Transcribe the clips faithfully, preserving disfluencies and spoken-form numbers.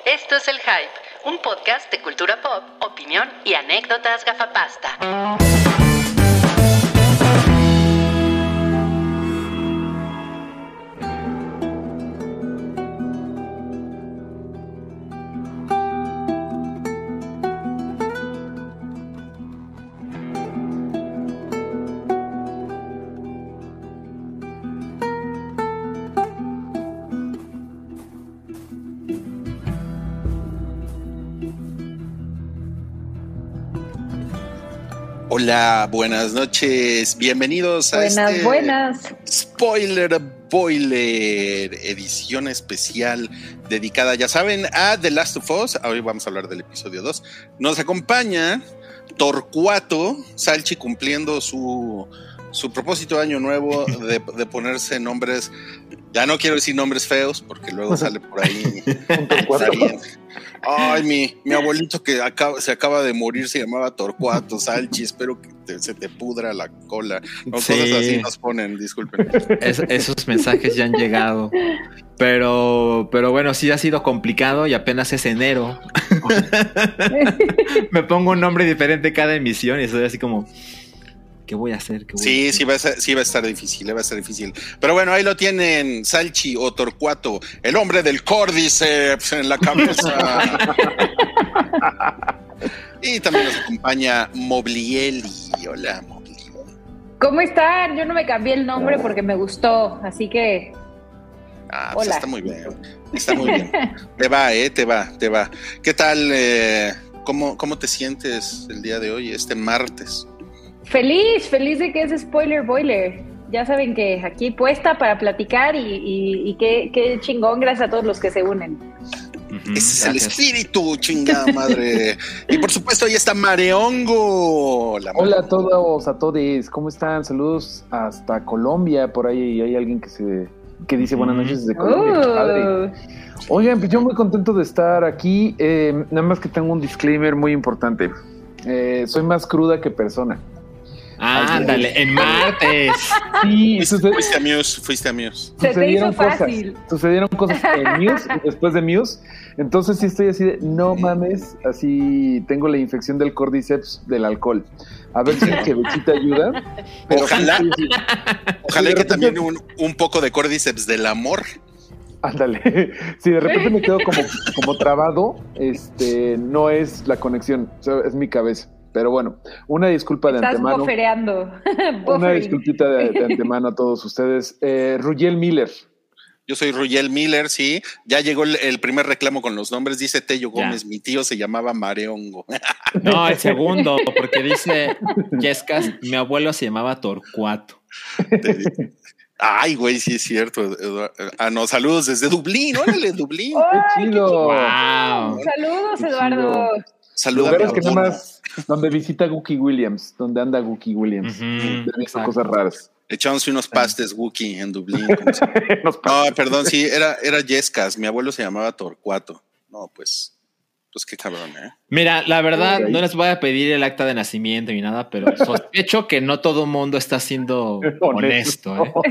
Esto es El Hype, un podcast de cultura pop, opinión y anécdotas gafapasta. Hola, buenas noches, bienvenidos a buenas, este buenas. Spoiler Boiler, edición especial dedicada, ya saben, a The Last of Us. Hoy vamos a hablar del episodio dos. Nos acompaña Torcuato, Salchi cumpliendo su, su propósito de año nuevo de, de ponerse nombres, ya no quiero decir nombres feos porque luego sale por ahí. Ay, mi, mi abuelito que acaba, se acaba de morir se llamaba Torcuato, Salchi, espero que te, se te pudra la cola. No, sí. Cosas así nos ponen, disculpen. Es, esos mensajes ya han llegado. Pero, pero bueno, sí ha sido complicado y apenas es enero. Me pongo un nombre diferente cada emisión y estoy así como... ¿Qué voy a hacer? ¿Qué voy sí, a hacer? sí va a, ser, sí va a estar difícil, va a estar difícil. Pero bueno, ahí lo tienen, Salchi o Torcuato, el hombre del córdiceps en la cabeza. Y también nos acompaña Moblieli. Hola, Moblieli. ¿Cómo están? Yo no me cambié el nombre porque me gustó, así que... Ah, pues hola. Está muy bien, está muy bien. Te va, eh, te va, te va. ¿Qué tal? Eh, ¿cómo, ¿Cómo te sientes el día de hoy, este martes? Feliz, feliz de que es Spoiler Boiler. Ya saben que aquí puesta para platicar y, y, y qué, qué chingón, gracias a todos los que se unen. Uh-huh, Ese es gracias. El espíritu, chingada madre. Y por supuesto, ahí está Mareongo. Hola, Hola a todos, a todos. ¿Cómo están? Saludos hasta Colombia. Por ahí hay alguien que se que dice buenas noches desde Colombia. Uh. Padre. Oigan, pues yo muy contento de estar aquí. Eh, nada más que tengo un disclaimer muy importante. Eh, soy más cruda que persona. Ah, ándale, en martes. Sí, fuiste, fuiste a Muse, fuiste a Muse. Se te hizo cosas, fácil. Sucedieron cosas en Muse y después de Muse. Entonces sí estoy así de, no mames, así tengo la infección del córdiceps del alcohol. A ver si el chevechita ayuda. Pero ojalá, sí, sí. ojalá que también un, un poco de córdiceps del amor. Ándale, si de repente me quedo como, como trabado, este, no es la conexión, es mi cabeza. Pero bueno, una disculpa de Estás antemano. Bofereando. Una disculpita de, de antemano a todos ustedes. Eh, Ruggiel Miller. Yo soy Ruggiel Miller, sí. Ya llegó el, el primer reclamo con los nombres. Dice Tello Gómez, ya. Mi tío se llamaba Mareongo. No, el segundo, porque dice Yescas, mi abuelo se llamaba Torcuato. Ay, güey, sí es cierto. Ah, no, saludos desde Dublín. Órale, Dublín. ¡Qué chido! Wow. Saludos, qué Eduardo. Saludos. Lugares que nada más donde visita Gookie Williams, donde anda Gookie Williams. Uh-huh, de cosas raras. Echamos unos pastes Wookie en Dublín. No, perdón, sí, era, era Yescas. Mi abuelo se llamaba Torcuato. No, pues, pues qué cabrón, ¿eh? Mira, la verdad, no les voy a pedir el acta de nacimiento ni nada, pero sospecho que no todo mundo está siendo honesto, ¿eh?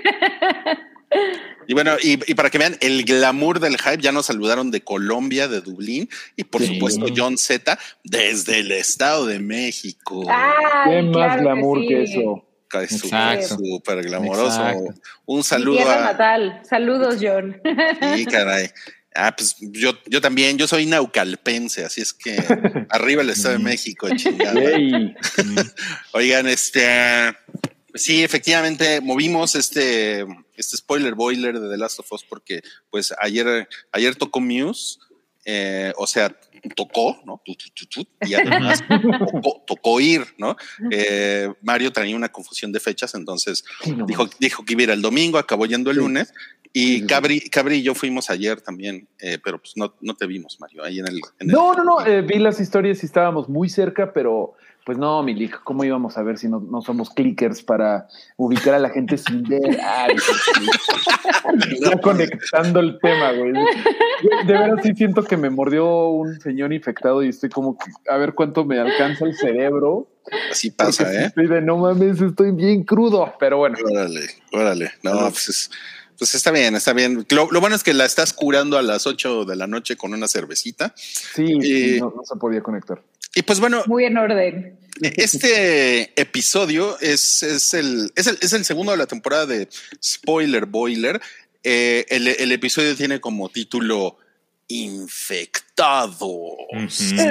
Y bueno, y, y para que vean el glamour del hype, ya nos saludaron de Colombia, de Dublín, y por sí. supuesto John Z desde el Estado de México. Ay, ¿Qué más claro glamour que, sí. que eso? Es súper glamoroso. Exacto. Un saludo Mi tierra a... natal. Saludos, John. Sí, caray. Ah, pues yo, yo también, yo soy naucalpense, así es que arriba el Estado de México, chingada. Hey. Oigan, este... Sí, efectivamente, movimos este, este spoiler boiler de The Last of Us porque pues ayer, ayer tocó Muse, eh, o sea, tocó, ¿no? Y además tocó, tocó ir, ¿no? Eh, Mario traía una confusión de fechas, entonces no, dijo, dijo que iba a ir el domingo, acabó yendo el sí. lunes, y sí, Cabri, Cabri y yo fuimos ayer también, eh, pero pues no, no te vimos, Mario, ahí en el... En no, el... no, no, eh, vi las historias y estábamos muy cerca, pero... Pues no, Milik, ¿cómo íbamos a ver si no, no somos clickers para ubicar a la gente sin ver? Ay, ya conectando el tema, güey. De, de veras sí siento que me mordió un señor infectado y estoy como, que, a ver cuánto me alcanza el cerebro. Así pasa, ¿eh? Estoy de, no mames, estoy bien crudo, pero bueno. Órale, órale. No, pues es... Pues está bien, está bien. Lo, lo bueno es que la estás curando a las ocho de la noche con una cervecita. Sí, y, no, no se podía conectar. Y pues bueno. Muy en orden. Este episodio es, es, el, es, el, es el segundo de la temporada de Spoiler Boiler. Eh, el, el episodio tiene como título Infectados. Uh-huh.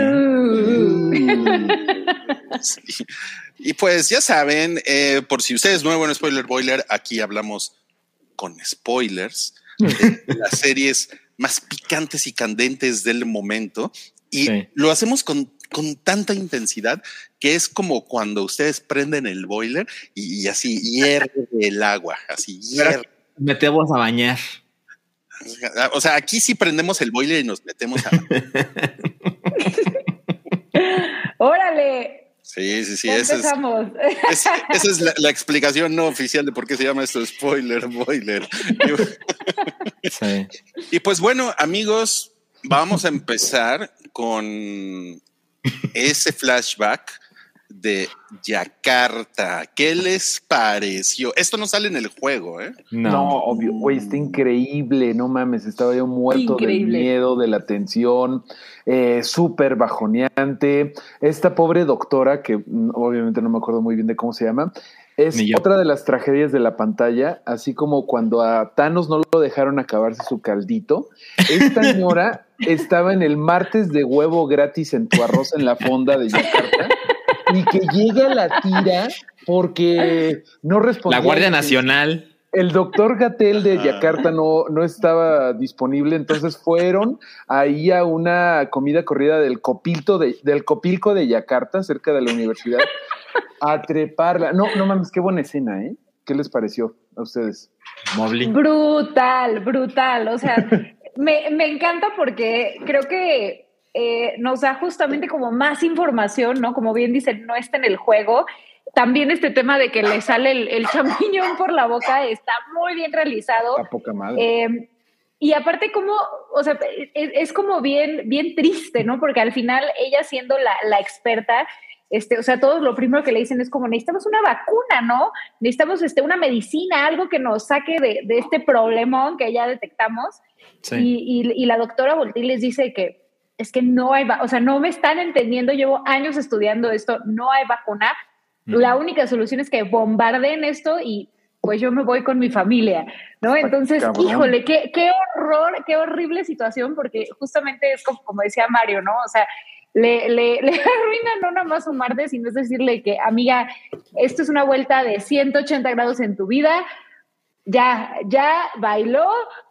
Sí. Y pues ya saben, eh, por si usted es nuevo en Spoiler Boiler, aquí hablamos con spoilers de las series más picantes y candentes del momento. Y sí. lo hacemos con, con tanta intensidad que es como cuando ustedes prenden el boiler y, y así hierve el agua, así hierve. Metemos a bañar. O sea, aquí sí prendemos el boiler y nos metemos a bañar. ¡Órale! Sí, sí, sí. Esa es, es, esa es la, la explicación no oficial de por qué se llama esto Spoiler Boiler. Sí. Y pues bueno, amigos, vamos a empezar con ese flashback de Yakarta. ¿Qué les pareció? Esto no sale en el juego, ¿eh? No, no obvio. Güey, está increíble. No mames, estaba yo muerto increíble. del miedo, de la tensión. Eh, súper bajoneante. Esta pobre doctora, que obviamente no me acuerdo muy bien de cómo se llama, es otra de las tragedias de la pantalla, así como cuando a Thanos no lo dejaron acabarse su caldito. Esta señora estaba en el martes de huevo gratis en tu arroz en la fonda de Yakarta y que llega la tira porque no respondía. La Guardia Nacional. El doctor Gatell de Yakarta no, no estaba disponible, entonces fueron ahí a una comida corrida del Copilco de, del Copilco de Yakarta, cerca de la universidad, a treparla. No, no mames, qué buena escena, ¿eh? ¿Qué les pareció a ustedes? Mobley. Brutal, brutal. O sea, me, me encanta porque creo que eh, nos da justamente como más información, ¿no? Como bien dicen, no está en el juego. También este tema de que le sale el, el champiñón por la boca está muy bien realizado. A poca madre. Eh, y aparte como, o sea, es, es como bien, bien triste, ¿no? Porque al final ella siendo la, la experta, este, o sea, todos lo primero que le dicen es como necesitamos una vacuna, ¿no? Necesitamos este, una medicina, algo que nos saque de, de este problemón que ya detectamos. Sí. Y, y, y la doctora Voltil les dice que es que no hay, o sea, no me están entendiendo, llevo años estudiando esto, no hay vacuna. La única solución es que bombardeen esto y pues yo me voy con mi familia, ¿no? Entonces, Cabrón. híjole, qué, qué horror, qué horrible situación, porque justamente es como, como decía Mario, ¿no? O sea, le, le, le arruina no nada más su martes, sino es decirle que, amiga, esto es una vuelta de ciento ochenta grados en tu vida, ya, ya bailó,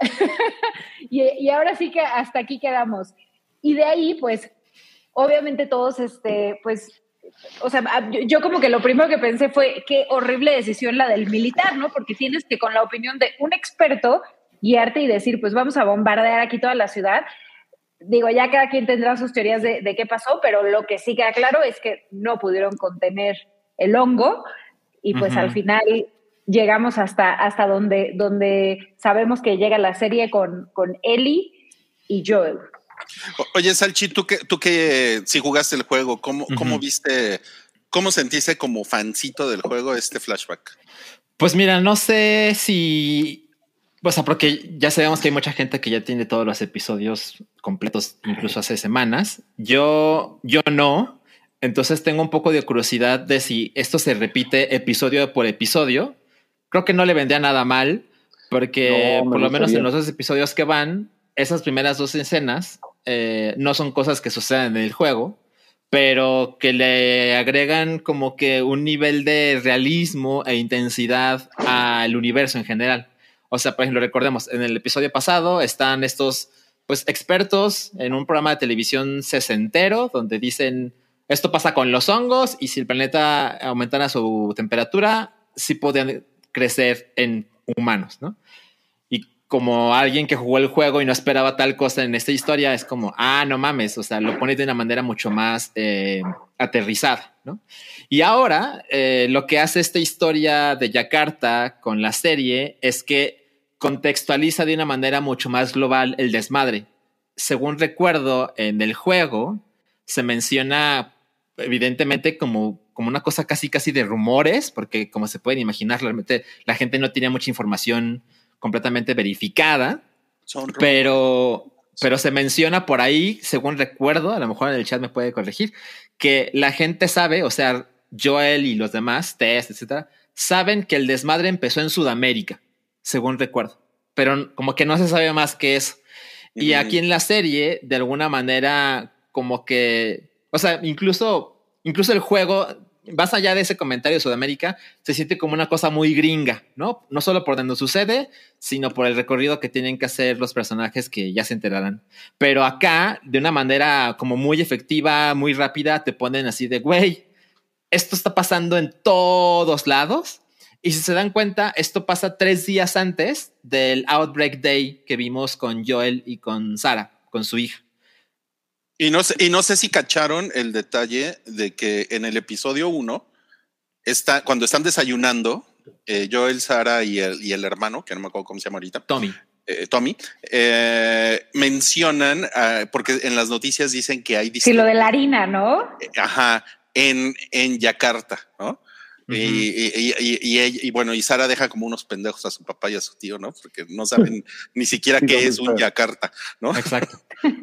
y, y ahora sí que hasta aquí quedamos. Y de ahí, pues, obviamente todos, este, pues, o sea, yo como que lo primero que pensé fue qué horrible decisión la del militar, ¿no? Porque tienes que con la opinión de un experto guiarte y decir, pues vamos a bombardear aquí toda la ciudad. Digo, ya cada quien tendrá sus teorías de, de qué pasó, pero lo que sí queda claro es que no pudieron contener el hongo y pues uh-huh. al final llegamos hasta, hasta donde, donde sabemos que llega la serie con, con Ellie y Joel. Oye, Salchi, tú que, tú que si jugaste el juego, ¿cómo, uh-huh. ¿cómo viste, cómo sentiste como fancito del juego este flashback? Pues mira, no sé si, o sea, porque ya sabemos que hay mucha gente que ya tiene todos los episodios completos, incluso hace semanas. Yo, yo no. Entonces tengo un poco de curiosidad de si esto se repite episodio por episodio. Creo que no le vendría nada mal, porque no, por lo menos en los dos episodios que van, esas primeras dos escenas eh, no son cosas que sucedan en el juego, pero que le agregan como que un nivel de realismo e intensidad al universo en general. O sea, por ejemplo, recordemos, en el episodio pasado están estos pues expertos en un programa de televisión sesentero donde dicen esto pasa con los hongos y si el planeta aumentara su temperatura, sí podían crecer en humanos, ¿no? Como alguien que jugó el juego y no esperaba tal cosa en esta historia, es como, ah, no mames, o sea, lo pone de una manera mucho más eh, aterrizada, ¿no? Y ahora, eh, lo que hace esta historia de Yakarta con la serie es que contextualiza de una manera mucho más global el desmadre. Según recuerdo, en el juego se menciona evidentemente como, como una cosa casi casi de rumores, porque como se pueden imaginar, realmente la gente no tenía mucha información completamente verificada, Son pero, pero se menciona por ahí, según recuerdo, a lo mejor en el chat me puede corregir, que la gente sabe, o sea, Joel y los demás, Tess, etcétera, saben que el desmadre empezó en Sudamérica, según recuerdo, pero como que no se sabe más que eso. Uh-huh. Y aquí en la serie, de alguna manera, como que, o sea, incluso, incluso el juego, más allá de ese comentario de Sudamérica, se siente como una cosa muy gringa, ¿no? No solo por donde sucede, sino por el recorrido que tienen que hacer los personajes que ya se enterarán. Pero acá, de una manera como muy efectiva, muy rápida, te ponen así de, güey, esto está pasando en todos lados. Y si se dan cuenta, esto pasa tres días antes del Outbreak Day que vimos con Joel y con Sarah, con su hija. Y no sé, y no sé si cacharon el detalle de que en el episodio uno, está, cuando están desayunando, eh, Joel, Sarah y el, y el hermano, que no me acuerdo cómo se llama ahorita. Tommy. Eh, Tommy, eh, mencionan, uh, porque en las noticias dicen que hay... Sí, lo de la harina, ¿no? Eh, ajá, en, en Yakarta, ¿no? Uh-huh. Y, y, y, y, y bueno, y Sara deja como unos pendejos a su papá y a su tío, ¿no? Porque no saben ni siquiera sí, qué es un Yakarta, ¿no? Exacto.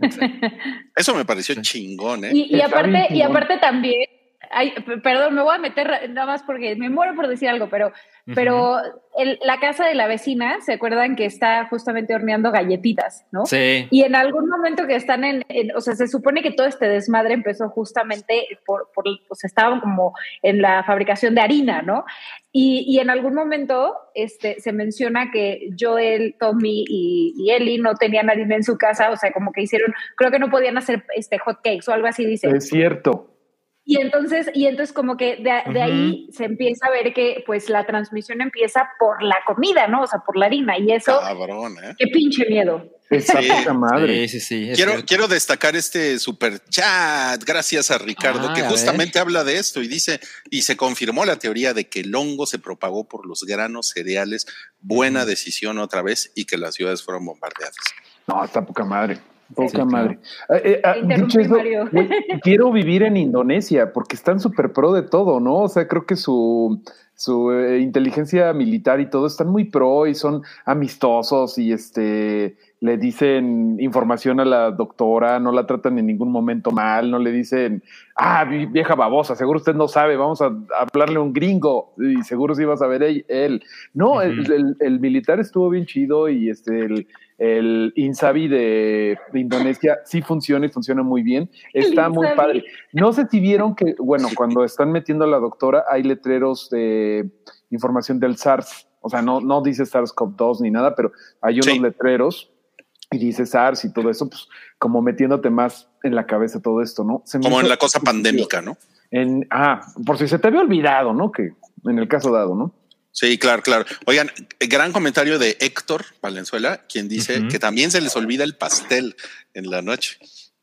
Eso me pareció sí. chingón, ¿eh? Y, y aparte, y aparte también, ay, perdón, me voy a meter nada más porque me muero por decir algo, pero, uh-huh. pero el, la casa de la vecina, ¿se acuerdan que está justamente horneando galletitas, no? Sí. Y en algún momento que están en, en o sea, se supone que todo este desmadre empezó justamente por, por o sea, estaban como en la fabricación de harina, ¿no? Y, y en algún momento este, se menciona que Joel, Tommy y, y Ellie no tenían harina en su casa, o sea, como que hicieron, creo que no podían hacer este, hot cakes o algo así, dice. Es cierto. Y entonces, y entonces como que de, de uh-huh. ahí se empieza a ver que pues la transmisión empieza por la comida, ¿no? O sea, por la harina. Y eso, cabrón, ¿eh? Qué pinche miedo. Esa puta madre. Sí, sí, sí. Quiero, quiero destacar este super chat, gracias a Ricardo, ah, que justamente ver. habla de esto y dice, y se confirmó la teoría de que el hongo se propagó por los granos cereales. Buena uh-huh. decisión otra vez, y que las ciudades fueron bombardeadas. No, está poca madre. Poca sí, madre. Claro. Eh, eh, dicho eso, güey, quiero vivir en Indonesia porque están súper pro de todo, ¿no? O sea, creo que su, su eh, inteligencia militar y todo están muy pro y son amistosos y este le dicen información a la doctora, no la tratan en ningún momento mal, no le dicen, ah, vieja babosa, seguro usted no sabe, vamos a hablarle a un gringo y seguro sí va a saber él. No, uh-huh. el, el, el militar estuvo bien chido y este el El Insabi de, de Indonesia sí funciona y funciona muy bien. Está muy padre. No sé si vieron que, bueno, cuando están metiendo a la doctora hay letreros de información del SARS. O sea, no, no dice SARS-CoV dos ni nada, pero hay unos sí. letreros y dice SARS y todo eso, pues como metiéndote más en la cabeza todo esto, ¿no? Se como en la cosa pandémica, ¿no? En, ah, por si se te había olvidado, ¿no? Que en el caso dado, ¿no? Sí, claro, claro. Oigan, gran comentario de Héctor Valenzuela, quien dice uh-huh. que también se les olvida el pastel en la noche.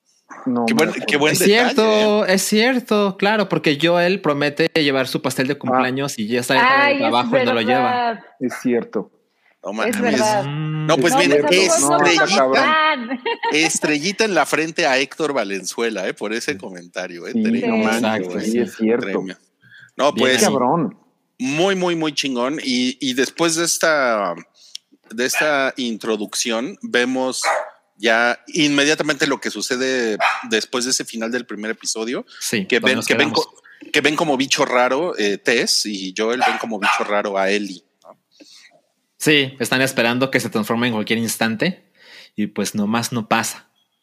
No, qué buen, qué buen es detalle, cierto, ¿eh? Es cierto, claro, porque Joel promete llevar su pastel de cumpleaños ah. y ya está en el trabajo y no lo lleva. Es cierto. No, man, es verdad. No, pues no, miren, pues, estrellita, no, estrellita en la frente a Héctor Valenzuela, eh, por ese comentario. Eh, sí, Tremio, no exacto, manches, sí, es cierto. Tremio. No, pues. Bien, cabrón. Muy, muy, muy chingón. Y, y después de esta, de esta introducción, vemos ya inmediatamente lo que sucede después de ese final del primer episodio. Sí, que ven, que ven, que ven como bicho raro eh, Tess y Joel ven como bicho raro a Ellie, ¿no? Sí, están esperando que se transforme en cualquier instante y pues nomás no pasa.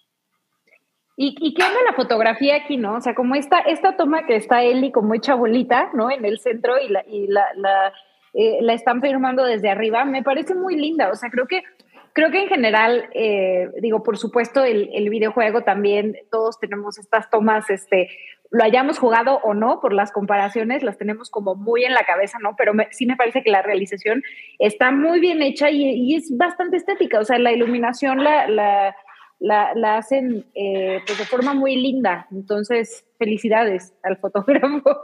¿Y, y qué onda la fotografía aquí, no? O sea, como esta, esta toma que está Ellie como hecha bolita, ¿no? En el centro y la, y la, la, eh, la están filmando desde arriba, me parece muy linda. O sea, creo que, creo que en general, eh, digo, por supuesto, el, el videojuego también, todos tenemos estas tomas, este, lo hayamos jugado o no, por las comparaciones, las tenemos como muy en la cabeza, ¿no? Pero me, sí me parece que la realización está muy bien hecha y, y es bastante estética. O sea, la iluminación, la... la La, la hacen eh, pues de forma muy linda. Entonces, felicidades al fotógrafo.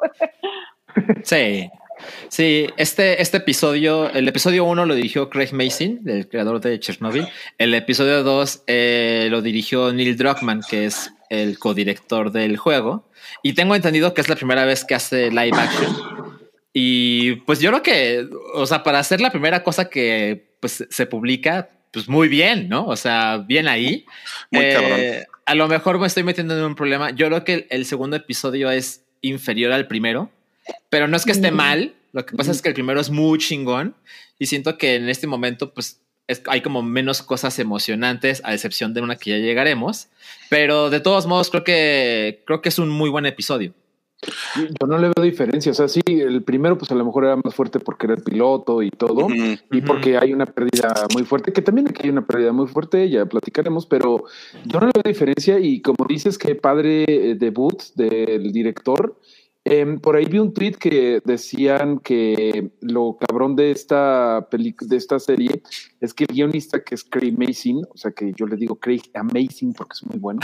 Sí, sí, este, este episodio, el episodio uno lo dirigió Craig Mazin, el creador de Chernobyl. El episodio dos eh, lo dirigió Neil Druckmann, que es el codirector del juego. Y tengo entendido que es la primera vez que hace live action. Y pues yo creo que, o sea, para hacer la primera cosa que pues se publica, pues muy bien, ¿no? O sea, bien ahí. Muy eh, cabrón. A lo mejor me estoy metiendo en un problema. Yo creo que el, el segundo episodio es inferior al primero, pero no es que esté mal. Lo que pasa es que el primero es muy chingón y siento que en este momento, pues, es, hay como menos cosas emocionantes, a excepción de una que ya llegaremos. Pero de todos modos, creo que creo que es un muy buen episodio. Yo no le veo diferencia. O sea, sí, el primero, pues a lo mejor era más fuerte porque era el piloto y todo, Ujú. y porque hay una pérdida muy fuerte, que también aquí hay una pérdida muy fuerte, ya platicaremos, pero yo no le veo diferencia. Y como dices, que padre eh, debut del director. Eh, por ahí vi un tweet que decían que lo cabrón de esta película, de esta serie, es que el guionista, que es Craig Mazin, o sea que yo le digo Craig Amazing porque es muy bueno.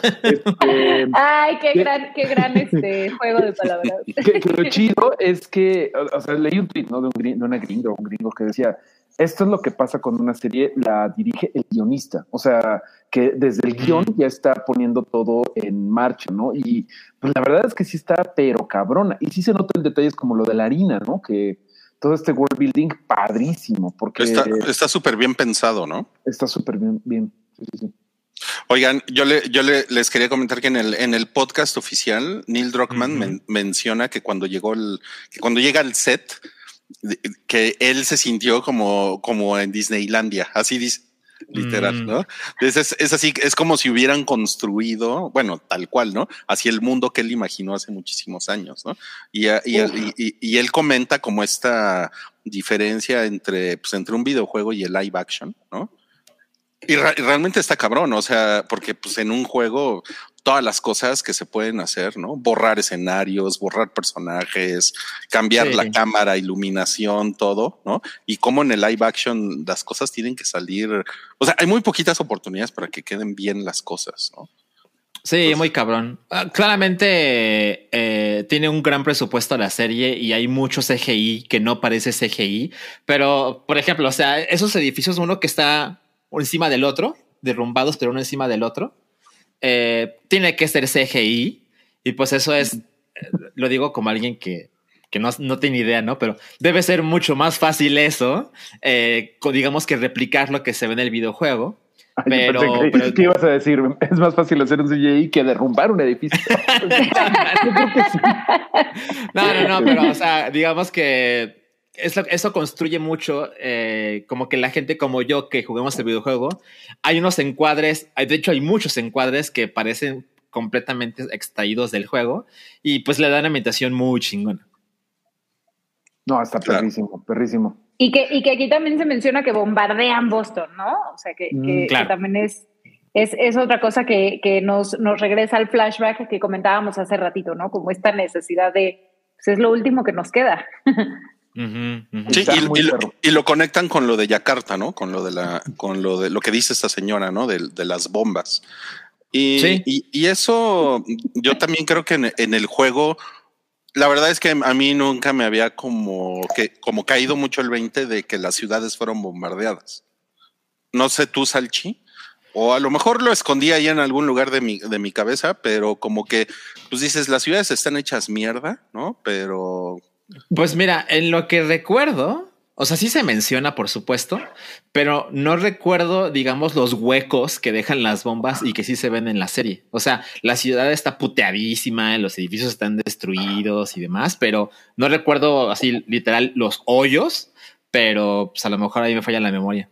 este, Ay, qué ¿qué? gran, qué gran este juego de palabras. que, que lo chido es que, o, o sea, leí un tweet, ¿no? De, un gringo, de una gringa, un gringo que decía, esto es lo que pasa cuando una serie la dirige el guionista. O sea, que desde el guión ya está poniendo todo en marcha, ¿no? Y pues la verdad es que sí está, pero cabrona. Y sí se notan detalles como lo de la harina, ¿no? Que todo este world building padrísimo, porque Está súper bien pensado, ¿no? Está súper bien, bien. Sí, sí, sí. Oigan, yo le, yo le, les quería comentar que en el, en el podcast oficial, Neil Druckmann Ujú. men- menciona que cuando llegó el, que cuando llega al set, de- que él se sintió como, como en Disneylandia, así dice, literal, Mm. ¿no? Es, es, es así, es como si hubieran construido, bueno, tal cual, ¿no? Hacia el mundo que él imaginó hace muchísimos años, ¿no? Y, a- y, él- y, y- y él comenta como esta diferencia entre, pues, entre un videojuego y el live action, ¿no? Y, ra- y realmente está cabrón, o sea, porque pues en un juego todas las cosas que se pueden hacer, ¿no? Borrar escenarios, borrar personajes, cambiar Sí. la cámara, iluminación, todo, ¿no? Y como en el live action las cosas tienen que salir, o sea, hay muy poquitas oportunidades para que queden bien las cosas, ¿no? Sí, Pues- muy cabrón. Ah, claramente eh, tiene un gran presupuesto la serie y hay mucho C G I que no parece C G I, pero por ejemplo, o sea, esos edificios, uno que está encima del otro, derrumbados, pero uno encima del otro, eh, tiene que ser C G I y pues eso es, eh, lo digo como alguien que, que no, no tiene idea, ¿no? Pero debe ser mucho más fácil eso, eh, co- digamos que replicar lo que se ve en el videojuego. Ay, yo Pero, pensé que, pero ¿qué ibas a decir? Es más fácil hacer un C G I que derrumbar un edificio. Yo creo que sí. no, no, no, pero o sea, digamos que eso, eso construye mucho, eh, como que la gente como yo que juguemos el videojuego, hay unos encuadres, hay, de hecho hay muchos encuadres que parecen completamente extraídos del juego y pues le dan una ambientación muy chingona. No, está Claro. perrísimo, perrísimo. Y que, y que aquí también se menciona que bombardean Boston, ¿no? O sea, que, Mm, que, claro. que también es, es, es otra cosa que, que nos, nos regresa al flashback que comentábamos hace ratito, ¿no? Como esta necesidad de, pues es lo último que nos queda. Uh-huh, uh-huh. Sí, Está y, muy y lo, perro. y lo conectan con lo de Yakarta, ¿no? Con lo de la, con lo de lo que dice esta señora, ¿no? De, de las bombas. Y, Sí. y, y eso, yo también creo que en, en el juego, la verdad es que a mí nunca me había como que como caído mucho el veinte de que las ciudades fueron bombardeadas. No sé tú, Salchi, o a lo mejor lo escondí ahí en algún lugar de mi, de mi cabeza, pero como que, pues dices, las ciudades están hechas mierda, ¿no? Pero Pues mira, en lo que recuerdo, o sea, sí se menciona, por supuesto, pero no recuerdo, digamos, los huecos que dejan las bombas y que sí se ven en la serie. O sea, la ciudad está puteadísima, los edificios están destruidos y demás, pero no recuerdo así literal los hoyos, pero pues a lo mejor ahí me falla la memoria.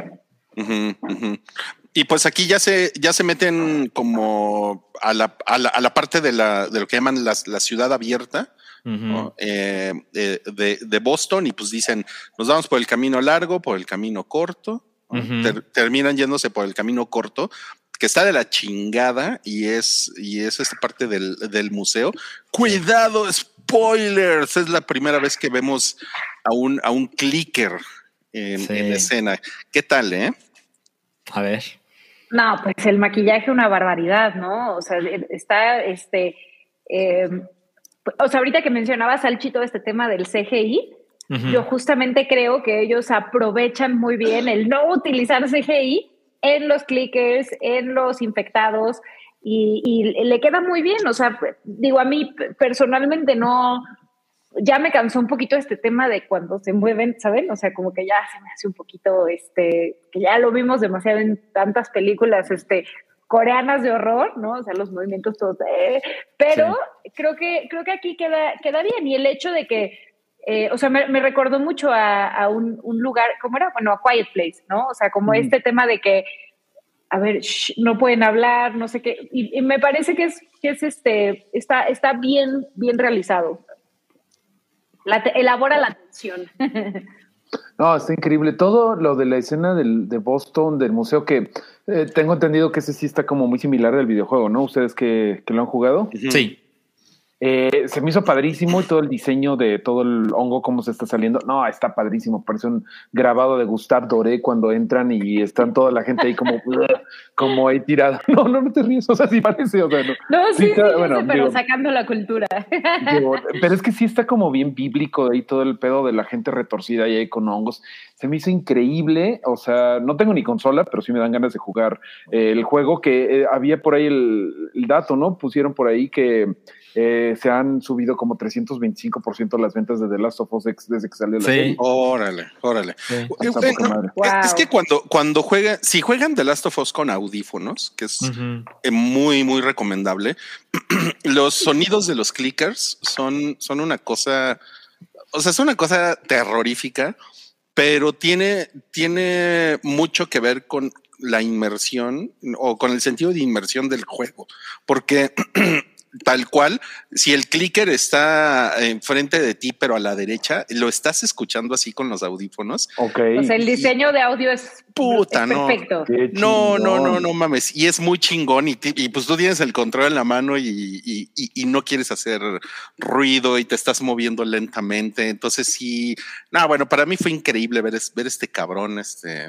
Ujú, ujú. Y pues aquí ya se, ya se meten como a la, a la, a la parte de, la, de lo que llaman las, la ciudad abierta, Uh-huh. ¿no? eh, eh, de, de Boston, y pues dicen, nos vamos por el camino largo, por el camino corto, ¿no? Ujú. Ter- terminan yéndose por el camino corto, que está de la chingada, y es, y es esta parte del, del museo. Cuidado, spoilers, es la primera vez que vemos a un, a un clicker en, Sí. en escena. ¿Qué tal, eh? A ver. No, pues el maquillaje una barbaridad, ¿no? O sea, está este... Eh, o sea, ahorita que mencionabas, Salchi, todo este tema del C G I, Uh-huh. yo justamente creo que ellos aprovechan muy bien el no utilizar C G I en los clickers, en los infectados, y, y le queda muy bien. O sea, digo, a mí personalmente no, ya me cansó un poquito este tema de cuando se mueven, ¿saben? O sea, como que ya se me hace un poquito, este, que ya lo vimos demasiado en tantas películas, este, coreanas de horror, ¿no? O sea, los movimientos todos, eh, pero sí. creo que creo que aquí queda, queda bien. Y el hecho de que, eh, o sea, me, me recordó mucho a, a un, un lugar, ¿cómo era? Bueno, a Quiet Place, ¿no? O sea, como mm. este tema de que, a ver, shh, no pueden hablar, no sé qué. Y, y me parece que es, que es este, está, está bien, bien realizado. La te, elabora la tensión. No, está increíble. Todo lo de la escena del, de Boston, del museo, que eh, tengo entendido que ese sí está como muy similar al videojuego, ¿no? ¿Ustedes que, que lo han jugado? Sí. Eh, se me hizo padrísimo y todo el diseño de todo el hongo, cómo se está saliendo. No, está padrísimo. Parece un grabado de Gustave Doré cuando entran y están toda la gente ahí como, como ahí tirada. No, no, no te ríes. O sea, sí parece. O sea, no, no sí, sí, está, sí bueno, sé, pero digo, sacando la cultura. Digo, pero es que sí está como bien bíblico ahí todo el pedo de la gente retorcida ahí con hongos. Se me hizo increíble. O sea, no tengo ni consola, pero sí me dan ganas de jugar eh, el juego que eh, había por ahí el, el dato, ¿no? Pusieron por ahí que Eh, se han subido como trescientos veinticinco por ciento las ventas de The Last of Us desde que salió la sí. serie. Órale, órale. Sí. Eh, eh, no, wow. Es que cuando, cuando juegan, si juegan The Last of Us con audífonos, que es uh-huh. muy, muy recomendable, los sonidos de los clickers son, son una cosa, o sea, es una cosa terrorífica, pero tiene, tiene mucho que ver con la inmersión o con el sentido de inmersión del juego, porque tal cual, si el clicker está enfrente de ti, pero a la derecha, lo estás escuchando así con los audífonos. Okay. O sea, el diseño de audio es, Puta, es no. perfecto. No, no, no, no mames. Y es muy chingón. Y, y pues tú tienes el control en la mano y, y, y, y no quieres hacer ruido y te estás moviendo lentamente. Entonces sí, no, bueno, para mí fue increíble ver, ver este cabrón, este...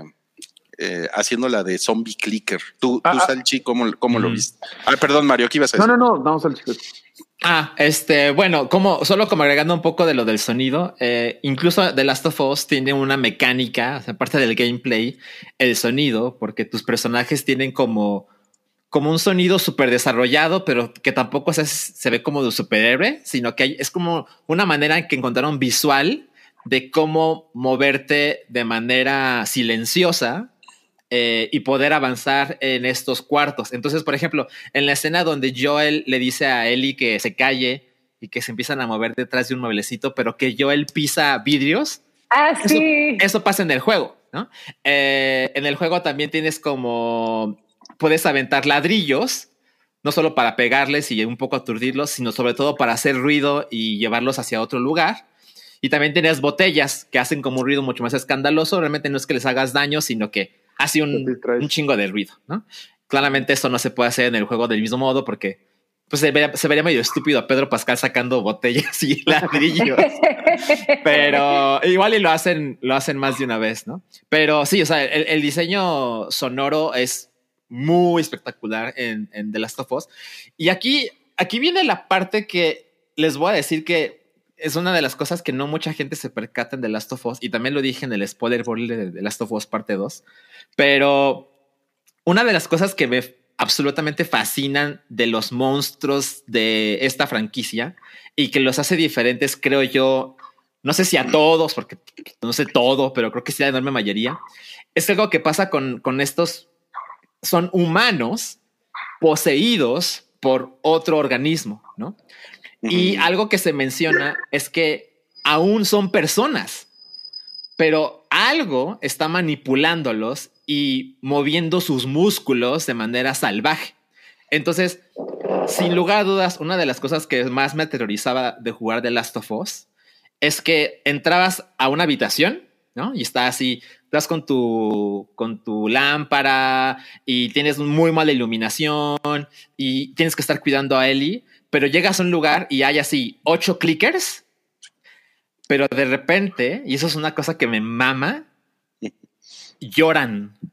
Eh, haciendo la de zombie clicker. Tú, ah, tú Salchi, ¿cómo, cómo mm. lo viste? Ah, perdón, Mario, ¿qué ibas a decir? No, no, no, vamos al chico. Ah, este, bueno, como solo como agregando un poco de lo del sonido, eh, incluso The Last of Us tiene una mecánica, o sea, aparte del gameplay, el sonido, porque tus personajes tienen como, como un sonido súper desarrollado, pero que tampoco se, se ve como de superhéroe, sino que hay, es como una manera en que encontraron visual de cómo moverte de manera silenciosa. Eh, y poder avanzar en estos cuartos. Entonces, por ejemplo, en la escena donde Joel le dice a Ellie que se calle y que se empiezan a mover detrás de un mueblecito, pero que Joel pisa vidrios. Ah, eso, sí. Eso pasa en el juego, ¿no? Eh, en el juego también tienes como... Puedes aventar ladrillos, no solo para pegarles y un poco aturdirlos, sino sobre todo para hacer ruido y llevarlos hacia otro lugar. Y también tienes botellas que hacen como un ruido mucho más escandaloso. Realmente no es que les hagas daño, sino que hace un, un chingo de ruido, ¿no? Claramente eso no se puede hacer en el juego del mismo modo porque pues, se, vería, se vería medio estúpido a Pedro Pascal sacando botellas y ladrillos. Pero igual y lo hacen, lo hacen más de una vez, ¿no? Pero sí, o sea, el, el diseño sonoro es muy espectacular en, en The Last of Us. Y aquí, aquí viene la parte que les voy a decir que es una de las cosas que no mucha gente se percata en The Last of Us, y también lo dije en el spoiler boiler de The Last of Us parte dos, pero una de las cosas que me absolutamente fascinan de los monstruos de esta franquicia y que los hace diferentes, creo yo, no sé si a todos, porque no sé todo, pero creo que sí a la enorme mayoría, es algo que pasa con, con estos, son humanos poseídos por otro organismo, ¿no? Y algo que se menciona es que aún son personas, pero algo está manipulándolos y moviendo sus músculos de manera salvaje. Entonces, sin lugar a dudas, una de las cosas que más me aterrorizaba de jugar The Last of Us es que entrabas a una habitación, ¿no? Y está así, estás con tu, con tu lámpara y tienes muy mala iluminación y tienes que estar cuidando a Ellie. Pero llegas a un lugar y hay así ocho clickers, pero de repente, y eso es una cosa que me mama, lloran.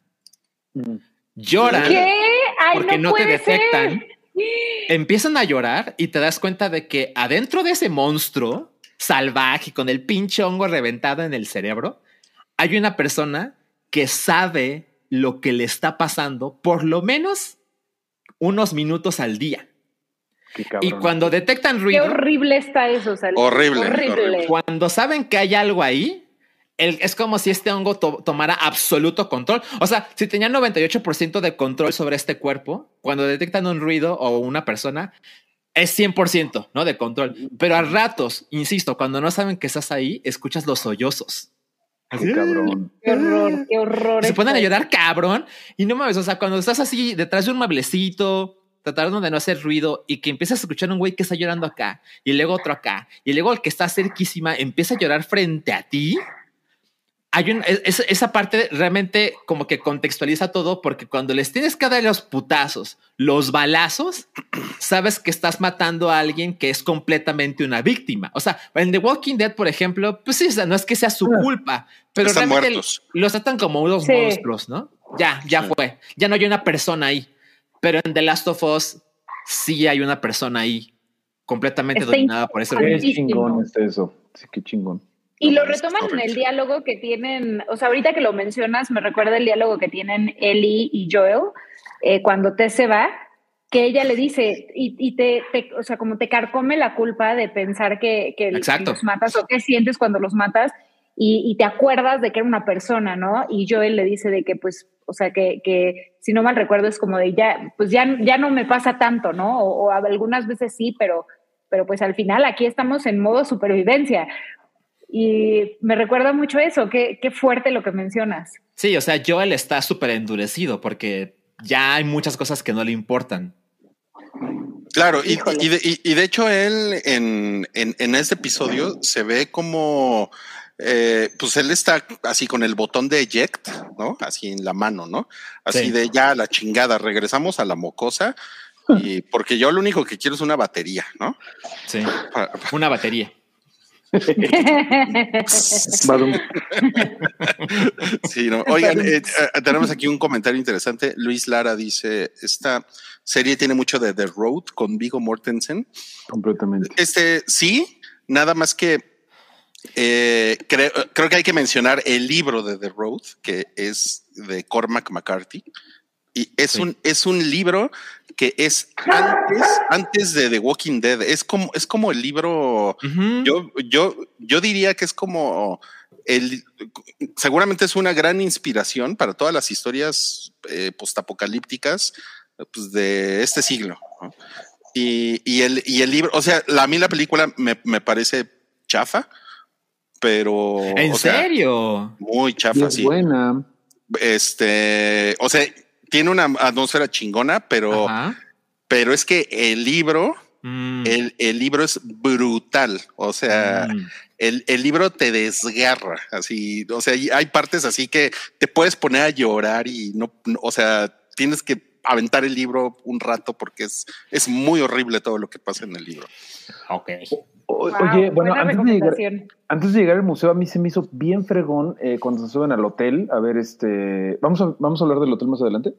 Lloran. ¿Qué? Ay, porque no, no te detectan. Ser. Empiezan a llorar y te das cuenta de que adentro de ese monstruo salvaje con el pinche hongo reventado en el cerebro, hay una persona que sabe lo que le está pasando por lo menos unos minutos al día. Y cuando detectan Qué ruido, horrible está eso, Sal. Horrible, Horrible. horrible. cuando saben que hay algo ahí, el- es como si este hongo to- tomara absoluto control. O sea, si tenía noventa y ocho por ciento de control sobre este cuerpo, cuando detectan un ruido o una persona, es cien por ciento, ¿no? De control. Pero a ratos, insisto, cuando no saben que estás ahí, escuchas los sollozos. Qué cabrón. Qué horror, qué horror. Y se ponen a esto. llorar, cabrón. Y no mames, o sea, cuando estás así detrás de un mueblecito, tratando de no hacer ruido y que empiezas a escuchar a un güey que está llorando acá y luego otro acá y luego el que está cerquísima empieza a llorar frente a ti. Hay un, es, esa parte realmente como que contextualiza todo, porque cuando les tienes que dar los putazos, los balazos, sabes que estás matando a alguien que es completamente una víctima. O sea, en The Walking Dead, por ejemplo, pues sí, o sea, no es que sea su culpa, pero Están realmente muertos. los tratan como unos Sí. monstruos, ¿no? Ya, ya Sí. fue. Ya no hay una persona ahí. Pero en The Last of Us sí hay una persona ahí completamente Está dominada por ese Qué organismo. Muchísimo. chingón está eso. Sí, qué chingón. Y No, lo es retoman en correcto. el diálogo que tienen, o sea, ahorita que lo mencionas, me recuerda el diálogo que tienen Ellie y Joel eh, cuando Tess se va, que ella le dice, y, y te, te, o sea, como te carcome la culpa de pensar que, que, que los matas, o qué sientes cuando los matas, y, y te acuerdas de que era una persona, ¿no? Y Joel le dice de que, pues, o sea, que, que si no mal recuerdo es como de ya, pues ya, ya no me pasa tanto, ¿no? O, o algunas veces sí, pero, pero pues al final aquí estamos en modo supervivencia. Y me recuerda mucho eso, qué, qué fuerte lo que mencionas. Sí, o sea, Joel está súper endurecido porque ya hay muchas cosas que no le importan. Claro, y, Híjole. y, de, y, y de hecho él en, en, en este episodio se ve como, eh, pues él está así con el botón de eject, ¿no? Así en la mano, ¿no? Así Sí. de ya a la chingada, regresamos a la mocosa, y porque yo lo único que quiero es una batería, ¿no? Sí, Para- para- una batería. Badum. Sí, no. Oigan, eh, eh, tenemos aquí un comentario interesante. Luis Lara dice, esta serie tiene mucho de The Road con Viggo Mortensen. Completamente. Este, sí, nada más que eh, creo, creo que hay que mencionar el libro de The Road, que es de Cormac McCarthy. Y es, Sí. un, es un libro que es antes, antes de The Walking Dead. Es como, es como el libro. Ujú. Yo, yo, yo diría que es como el. Seguramente es una gran inspiración para todas las historias eh, postapocalípticas pues, de este siglo, ¿no? Y, y, el, y el libro, o sea, la, a mí la película me, me parece chafa, pero. ¿En o sea, serio? muy Y chafa, es sí. buena. Este, o sea, tiene una atmósfera chingona, pero, Ajá. pero es que el libro, Mm. el, el libro es brutal. O sea, Mm. el, el libro te desgarra así. O sea, hay partes así que te puedes poner a llorar y no, no o sea, tienes que aventar el libro un rato porque es, es muy horrible todo lo que pasa en el libro. Ok. O- Wow, Oye, bueno, buena antes de, llegar, recomendación. antes de llegar al museo, a mí se me hizo bien fregón eh, cuando se suben al hotel. A ver, este. ¿Vamos a, vamos a hablar del hotel más adelante?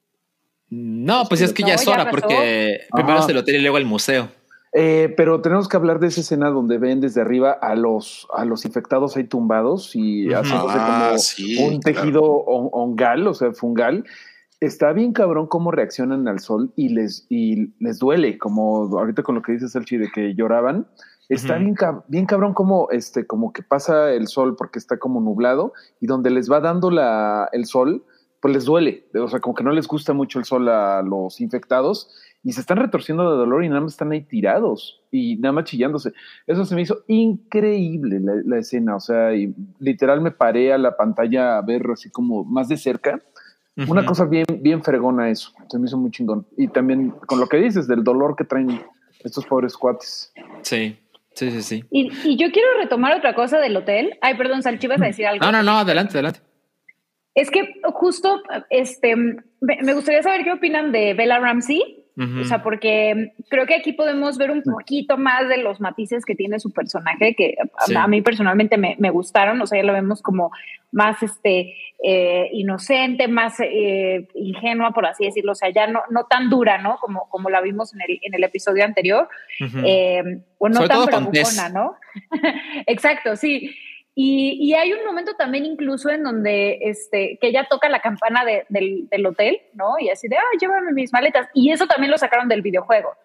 No, pues es que No, ya es ya hora, pasó. porque primero Ajá. es el hotel y luego el museo. Eh, pero tenemos que hablar de esa escena donde ven desde arriba a los, a los infectados ahí tumbados y Ujú. haciéndose Ah, como sí, un tejido on- ongal, o sea, fungal. Está bien cabrón cómo reaccionan al sol y les, y les duele, como ahorita con lo que dice Salchi de que lloraban. Está Ujú. bien, cab- bien cabrón como, este, como que pasa el sol porque está como nublado y donde les va dando la, el sol, pues les duele. O sea, como que no les gusta mucho el sol a los infectados y se están retorciendo de dolor y nada más están ahí tirados y nada más chillándose. Eso se me hizo increíble la, la escena. O sea, y literal me paré a la pantalla a ver así como más de cerca. Una Ujú. cosa bien, bien fregona eso. Se me hizo muy chingón. Y también con lo que dices del dolor que traen estos pobres cuates. Sí, sí, sí, sí. Y, y yo quiero retomar otra cosa del hotel. Ay, perdón, Salchi, ¿vas a decir algo? No, no, no, adelante, adelante. Es que justo, este, me, me gustaría saber qué opinan de Bella Ramsey. Ujú. O sea, porque creo que aquí podemos ver un poquito más de los matices que tiene su personaje, que a, Sí. a mí personalmente me, me gustaron. O sea, ya lo vemos como más este, eh, inocente, más eh, ingenua, por así decirlo. O sea, ya no, no tan dura, ¿no? Como, como la vimos en el, en el episodio anterior. Ujú. Eh, o no Sobre tan todo con bravucona, Tess. ¿no? Exacto, sí. Y, y hay un momento también incluso en donde este, que ella toca la campana de, del, del hotel, ¿no? Y así de, ah, llévame mis maletas. Y eso también lo sacaron del videojuego.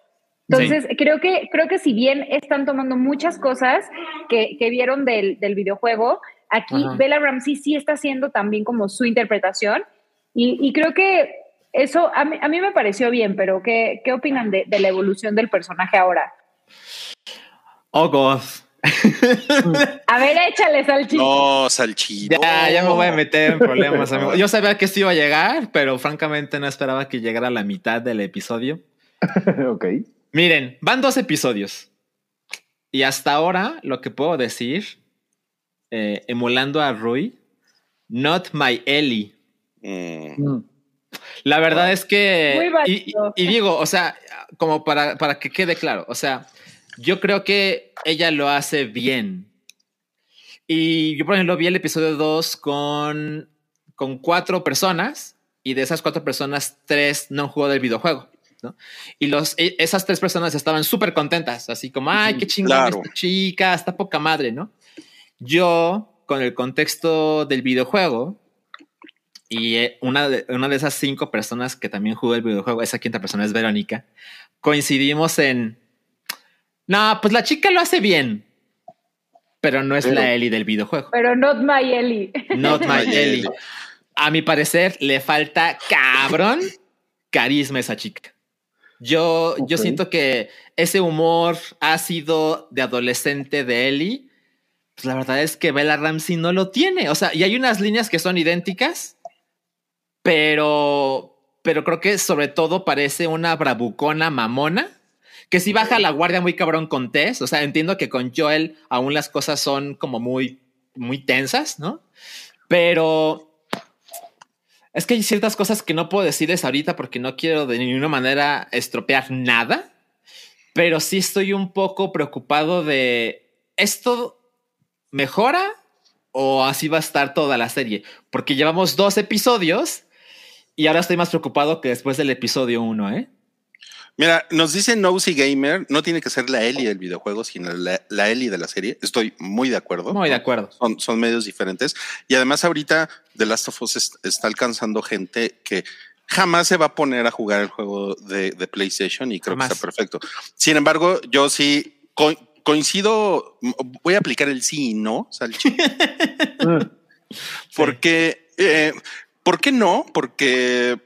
Entonces, Sí. creo que creo que si bien están tomando muchas cosas que, que vieron del, del videojuego, aquí Ajá. Bella Ramsey sí está haciendo también como su interpretación y, y creo que eso a mí, a mí me pareció bien, pero ¿qué, qué opinan de, de la evolución del personaje ahora? Oh, God. A ver, échale salchito. No, Salchido. Ya, ya me voy a meter en problemas, amigo. Yo sabía que esto iba a llegar, pero francamente no esperaba que llegara a la mitad del episodio. Ok. Miren, van dos episodios. Y hasta ahora lo que puedo decir, eh, emulando a Rui, not my Ellie. Mm. Mm. La verdad es que... Muy Y, válido. y digo, o sea, como para, para que quede claro, o sea, yo creo que ella lo hace bien. Y yo, por ejemplo, vi el episodio dos con, con cuatro personas y de esas cuatro personas, tres no han jugado el videojuego, ¿no? Y los, esas tres personas estaban súper contentas, así como, ay, qué chingón Claro. esta chica, está poca madre, ¿no? Yo, con el contexto del videojuego y eh, una, de, una de esas cinco personas que también jugó el videojuego, esa quinta persona es Verónica, coincidimos en, no, pues la chica lo hace bien, pero no es Pero- la Ellie del videojuego. Pero not my Ellie. Not my My Ellie. Ellie. A mi parecer, le falta cabrón carisma a esa chica. Yo, yo Ok. siento que ese humor ácido de adolescente de Ellie, pues la verdad es que Bella Ramsey no lo tiene. O sea, y hay unas líneas que son idénticas, pero, pero creo que sobre todo parece una bravucona mamona que sí baja la guardia muy cabrón con Tess. O sea, entiendo que con Joel aún las cosas son como muy, muy tensas, ¿no? Pero es que hay ciertas cosas que no puedo decirles ahorita porque no quiero de ninguna manera estropear nada, pero sí estoy un poco preocupado de ¿esto mejora o así va a estar toda la serie? Porque llevamos dos episodios y ahora estoy más preocupado que después del episodio uno, ¿eh? Mira, nos dice Nosy Gamer, no tiene que ser la Ellie del videojuego, sino la, la Ellie de la serie. Estoy muy de acuerdo. Muy de ¿no? acuerdo. Son, son medios diferentes. Y además ahorita The Last of Us es- está alcanzando gente que jamás se va a poner a jugar el juego de, de PlayStation y creo Jamás. que está perfecto. Sin embargo, yo sí co- coincido, m- voy a aplicar el sí y no, Salchi. Mm. Porque, eh, ¿por qué no? Porque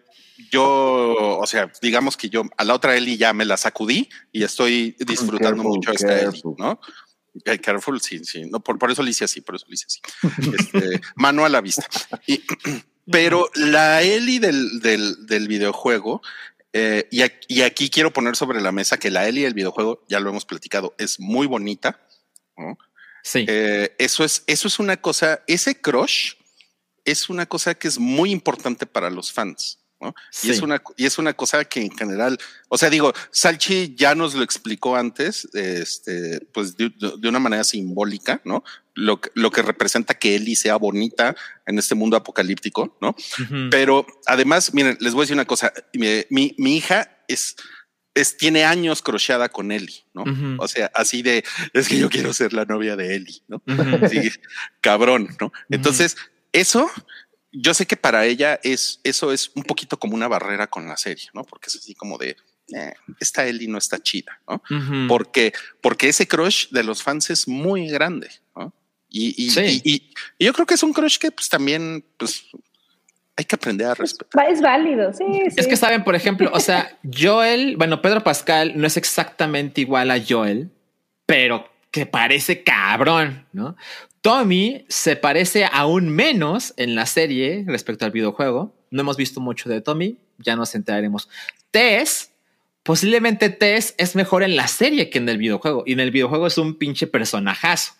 yo, o sea, digamos que yo a la otra Ellie ya me la sacudí y estoy disfrutando Careful, mucho esta Ellie, careful. ¿no? Eh, Careful, sí, sí. No, por, por eso le hice así, por eso le hice así. Este, mano a la vista. Y, pero la Ellie del, del, del videojuego, eh, y, aquí, y aquí quiero poner sobre la mesa que la Ellie del videojuego, ya lo hemos platicado, es muy bonita, ¿no? Sí. Eh, eso es, eso es una cosa, ese crush es una cosa que es muy importante para los fans, ¿no? Sí. Y es una, y es una cosa que en general, o sea, digo, Salchi ya nos lo explicó antes, este, pues de, de una manera simbólica, ¿no? Lo, que- lo que representa que Ellie sea bonita en este mundo apocalíptico, ¿no? Ujú. Pero además, miren, les voy a decir una cosa, mi, mi, mi hija es, es, tiene años crocheada con Ellie, ¿no? Ujú. O sea, así de, es que yo quiero ser la novia de Ellie, ¿no? Ujú. Sí, cabrón, ¿no? Entonces, eso, yo sé que para ella es, eso es un poquito como una barrera con la serie, ¿no? Porque es así como de, eh, esta Ellie no está chida, ¿no? Ujú. Porque, porque ese crush de los fans es muy grande, ¿no? Y, y, Sí. y, y- y yo creo que es un crush que pues también, pues, hay que aprender a respetar. Es válido, sí, sí. Es que saben, por ejemplo, o sea, Joel, bueno, Pedro Pascal no es exactamente igual a Joel, pero que parece cabrón, ¿no? Tommy se parece aún menos en la serie respecto al videojuego. No hemos visto mucho de Tommy, ya nos enteraremos. Tess, posiblemente Tess es mejor en la serie que en el videojuego, y en el videojuego es un pinche personajazo.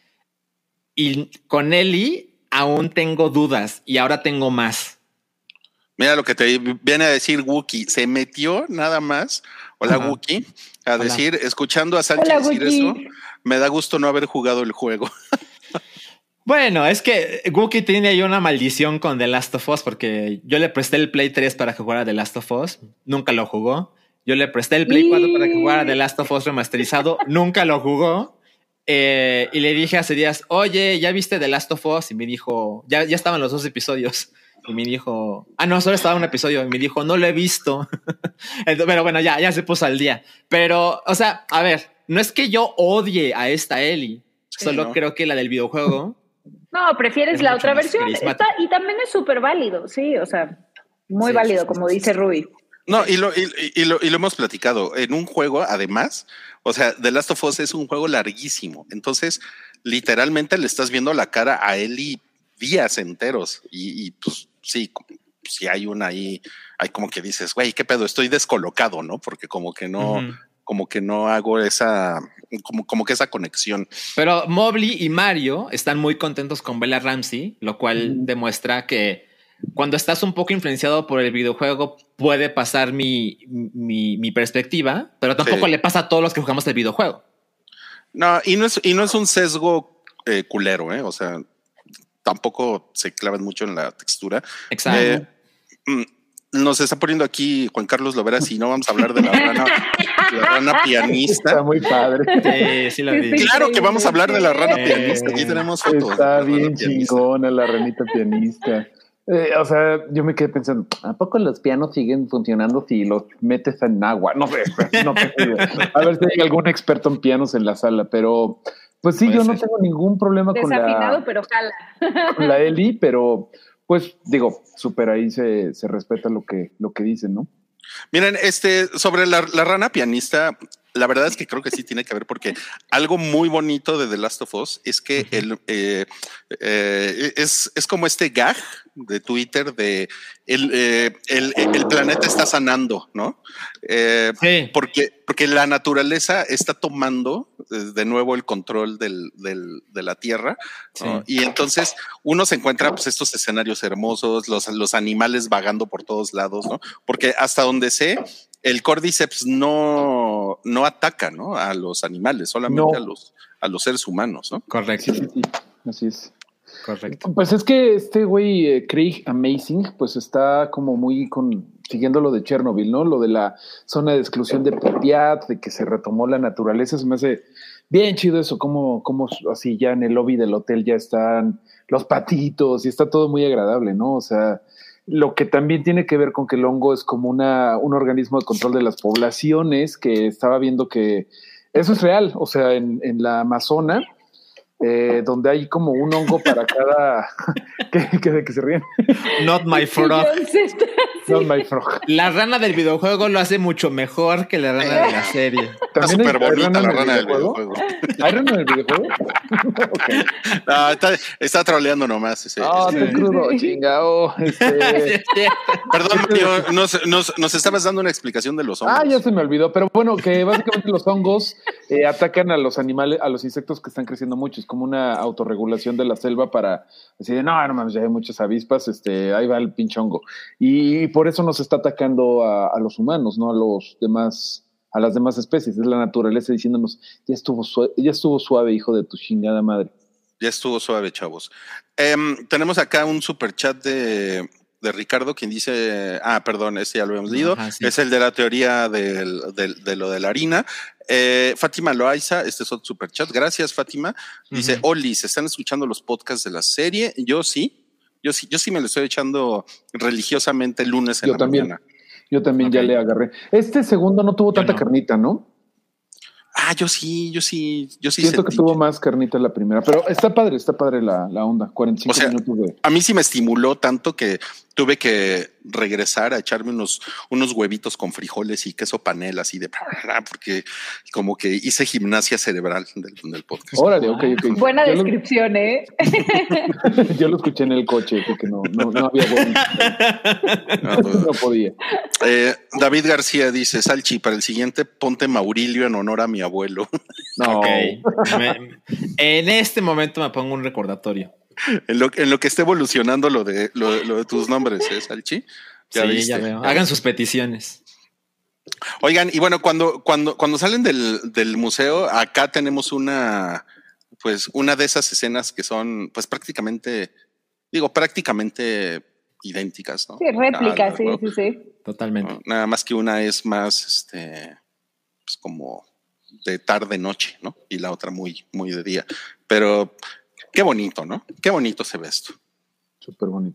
Y con Ellie aún tengo dudas y ahora tengo más. Mira lo que te viene a decir Wookie, se metió nada más, hola Ajá. Wookie, a Hola. decir, escuchando a Sánchez Hola, decir Wookie. eso, me da gusto no haber jugado el juego. Bueno, es que Wookie tiene ahí una maldición con The Last of Us porque yo le presté el Play tres para que jugara The Last of Us, nunca lo jugó. Yo le presté el Play Y- cuatro para que jugara The Last of Us remasterizado, nunca lo jugó. Eh, y le dije hace días, oye, ¿ya viste The Last of Us? Y me dijo, ya, ya estaban los dos episodios. y me dijo, ah, no, solo estaba un episodio y me dijo, no lo he visto. Entonces, pero bueno, ya, ya se puso al día. Pero, o sea, a ver, no es que yo odie a esta Ellie, sí, solo no. creo que la del videojuego. No, prefieres la otra versión. Está, y también es súper válido, sí, o sea, muy sí, válido, sí, como sí, dice sí. Rui. No, y lo, y, y, lo, y lo hemos platicado. En un juego, además, o sea, The Last of Us es un juego larguísimo. Entonces, literalmente le estás viendo la cara a Ellie días enteros. Y, y pues sí, sí hay una ahí, hay como que dices, güey, qué pedo, estoy descolocado, ¿no? Porque como que no, uh-huh. como que no hago esa, como, como que esa conexión. Pero Mobley y Mario están muy contentos con Bella Ramsey, lo cual uh-huh. demuestra que cuando estás un poco influenciado por el videojuego puede pasar mi, mi, mi perspectiva, pero tampoco sí. le pasa a todos los que jugamos el videojuego. No, y no es, y no es un sesgo eh, culero, ¿eh? O sea, tampoco se clavan mucho en la textura. Exacto. Eh, nos está poniendo aquí Juan Carlos Lovera, si no vamos a hablar de la rana, la rana pianista. Está muy padre. Sí, sí, la vi. Claro que vamos a hablar de la rana eh, pianista. Aquí tenemos fotos. Está bien chingona la ranita pianista. Eh, o sea, yo me quedé pensando, ¿a poco los pianos siguen funcionando si los metes en agua? No sé, no te pido. A ver si hay algún experto en pianos en la sala, pero pues sí, Puede yo ser. no tengo ningún problema con la... Desafinado, pero jala. Con la Ellie, pero pues digo, súper ahí se, se respeta lo que, lo que dicen, ¿no? Miren, este, sobre la, la rana pianista, la verdad es que creo que sí tiene que ver porque algo muy bonito de The Last of Us es que uh-huh. el, eh, eh, es, es como este gag de Twitter de el, eh, el, el planeta está sanando, ¿no? Eh, sí. porque, porque la naturaleza está tomando de nuevo el control del, del, de la Tierra, ¿no? Sí. Y entonces uno se encuentra pues estos escenarios hermosos, los, los animales vagando por todos lados, ¿no? Porque hasta donde sé, el Cordyceps no, no ataca, ¿no? A los animales, solamente no. a los a los seres humanos, ¿no? Correcto. Sí, sí, sí. Así es. Correcto. Pues es que este güey, eh, Craig Amazing, pues está como muy con siguiendo lo de Chernobyl, ¿no? Lo de la zona de exclusión de Pripyat, de que se retomó la naturaleza. Se me hace bien chido eso, como, como así ya en el lobby del hotel ya están los patitos y está todo muy agradable, ¿no? O sea, lo que también tiene que ver con que el hongo es como una, un organismo de control de las poblaciones, que estaba viendo que eso es real. O sea, en, en la Amazona, eh, donde hay como un hongo para cada... ¿Qué, qué, de que se ríen? Not my frog. Not my frog. La rana del videojuego lo hace mucho mejor que la rana de la serie. Está súper bonita la rana del videojuego. ¿Hay rana del videojuego? Okay. No, está, está troleando nomás. Ese, oh, ese. Te crudo, chingao. Este... Perdón, Mario, nos, nos, nos estabas dando una explicación de los hongos. Ah, ya se me olvidó, pero bueno, que básicamente los hongos eh, atacan a los animales, a los insectos que están creciendo mucho. Es como una autorregulación de la selva para decir, no, no mames, ya hay muchas avispas, este, ahí va el pinche hongo. Y por eso nos está atacando a, a los humanos, no a los demás, a las demás especies. Es la naturaleza diciéndonos, ya estuvo suave, ya estuvo suave, hijo de tu chingada madre. Ya estuvo suave, chavos. Eh, tenemos acá un super chat de, de Ricardo, quien dice, ah, perdón, este ya lo habíamos leído, Ajá, sí. es el de la teoría del, del, de lo de la harina. Eh, Fátima Loaiza, este es otro super chat. Gracias, Fátima. Dice, uh-huh. Oli, ¿se están escuchando los podcasts de la serie? Yo sí. Yo sí, yo sí me lo estoy echando religiosamente el lunes en yo la también, mañana. Yo también okay. ya le agarré. Este segundo no tuvo yo tanta no. carnita, ¿no? Ah, yo sí, yo sí, yo sí. Siento que tuvo más carnita la primera, pero está padre, está padre la, la onda. cuarenta y cinco o sea, minutos de... A mí sí me estimuló tanto que tuve que regresar a echarme unos, unos huevitos con frijoles y queso panela, así de... Porque como que hice gimnasia cerebral del, del podcast. Órale, ok, ok. Buena yo descripción, lo... ¿eh? Yo lo escuché en el coche porque no, no, no había no, pues, no podía. Eh, David García dice, Salchi, para el siguiente ponte Maurilio en honor a mi abuelo. No. Okay. me, en este momento me pongo un recordatorio. En lo, en lo que esté evolucionando lo de, lo, lo de tus nombres, ¿eh, Salchi? ¿Ya sí, viste? Ya veo. Hagan sus peticiones. Oigan, y bueno, cuando, cuando, cuando salen del, del museo, acá tenemos una, pues, una de esas escenas que son, pues, prácticamente, digo, prácticamente idénticas, ¿no? Sí, réplicas, sí, sí, sí. Totalmente. ¿No? Nada más que una es más, este, pues, como de tarde-noche, ¿no? Y la otra muy, muy de día. Pero qué bonito, ¿no? Qué bonito se ve esto. Súper bonito.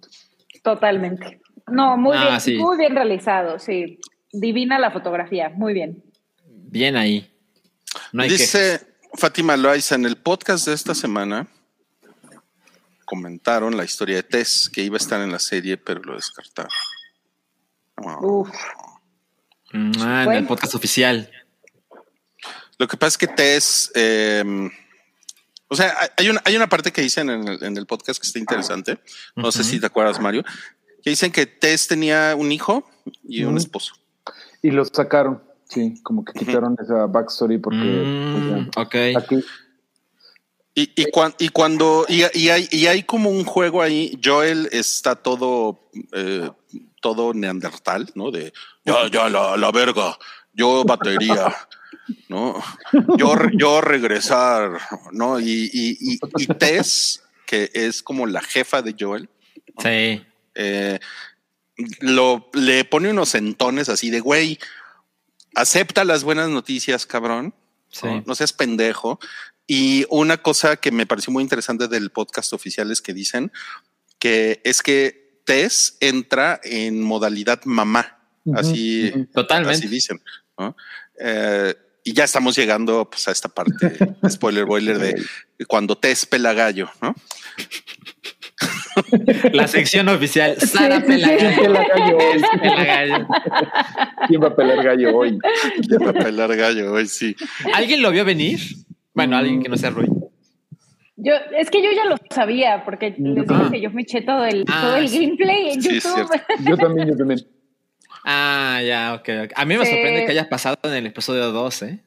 Totalmente. No, muy Ah, bien, sí. muy bien realizado, sí. Divina la fotografía, muy bien. Bien ahí. No hay Dice quejas. Fátima Loaiza, en el podcast de esta semana comentaron la historia de Tess, que iba a estar en la serie, pero lo descartaron. Oh. Uf. Mm, Ah, en Bueno. el podcast oficial. Lo que pasa es que Tess, eh, o sea, hay- hay una, hay una parte que dicen en el, en el podcast que está interesante. No sé Ujú. si te acuerdas, Mario, que dicen que Tess tenía un hijo y un Ujú. esposo. Y los sacaron, sí, como que quitaron esa backstory porque Mm, pues, ok. ya, aquí, Y, y, cuan- y cuando, y, y hay, y hay como un juego ahí, Joel está todo, eh, todo neandertal, ¿no? De, ya, ya, la, la verga, yo batería, ¿no? Yo, re- yo regresar, ¿no? Y, y, y, y Tess, que es como la jefa de Joel, Sí. eh, lo, le pone unos entones así de, güey, acepta las buenas noticias, cabrón. Sí. ¿no? No seas pendejo. Y una cosa que me pareció muy interesante del podcast oficial es que dicen que es que Tess entra en modalidad mamá. Ujú, Así, ujú. Totalmente. así dicen. ¿no? Eh, y ya estamos llegando pues, a esta parte, spoiler boiler, de cuando Tess pela gallo, ¿no? La sección oficial. Sara sí, pela sí. ¿Quién gallo. pela gallo hoy? Pela gallo. ¿Quién va a pelar gallo hoy? ¿Quién va a pelar gallo hoy? Sí. ¿Alguien lo vio venir? Bueno, alguien que no sea Rui. Yo, es que yo ya lo sabía, porque Yo les digo también. que yo me eché todo el, Ah, todo el sí. gameplay en Sí, es YouTube. cierto. Yo también, yo también. Ah, ya, ok. ok. A mí me Sí. sorprende que haya pasado en el episodio dos, ¿eh?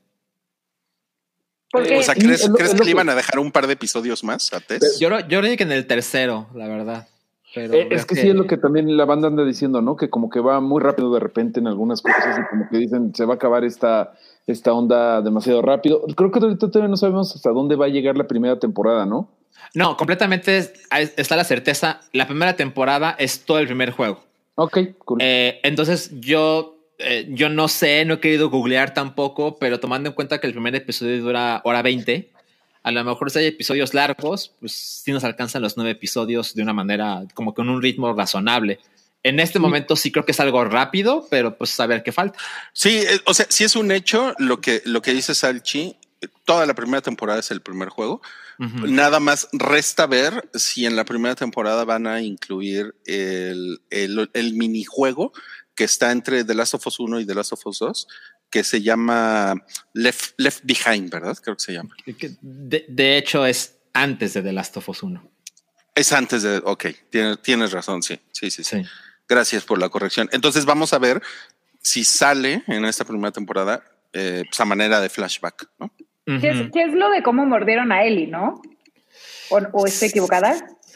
Porque O sea, Sí, ¿crees, es lo- ¿crees es que lo le que- iban a dejar un par de episodios más a Tess? Yo, yo creo que en el tercero, la verdad. Pero Eh, veo es que sí es lo que también la banda anda diciendo, ¿no? Que como que va muy rápido de repente en algunas cosas y como que dicen se va a acabar esta, esta onda demasiado rápido. Creo que ahorita todavía no sabemos hasta dónde va a llegar la primera temporada, ¿no? No, completamente es- está la certeza. La primera temporada es todo el primer juego. Ok, cool. Eh, entonces yo, eh, yo no sé, no he querido googlear tampoco, pero tomando en cuenta que el primer episodio dura hora veinte, a lo mejor si hay episodios largos, pues sí nos alcanzan los nueve episodios de una manera, como con un ritmo razonable. En este momento sí creo que es algo rápido, pero pues a ver qué falta. Sí, eh, o sea, sí es un hecho lo que, lo que dice Salchi. Toda la primera temporada es el primer juego. Ujú. Nada más resta ver si en la primera temporada van a incluir el, el, el minijuego que está entre The Last of Us uno y The Last of Us dos, que se llama Left, Left Behind, ¿verdad? Creo que se llama. De, de hecho, es antes de The Last of Us uno. Es antes de... Ok, tienes, tienes razón, sí, sí, sí, sí. Sí. Gracias por la corrección. Entonces vamos a ver si sale en esta primera temporada eh, pues a manera de flashback, ¿no? ¿Qué es, qué es lo de cómo mordieron a Ellie, no? ¿O, o estoy equivocada?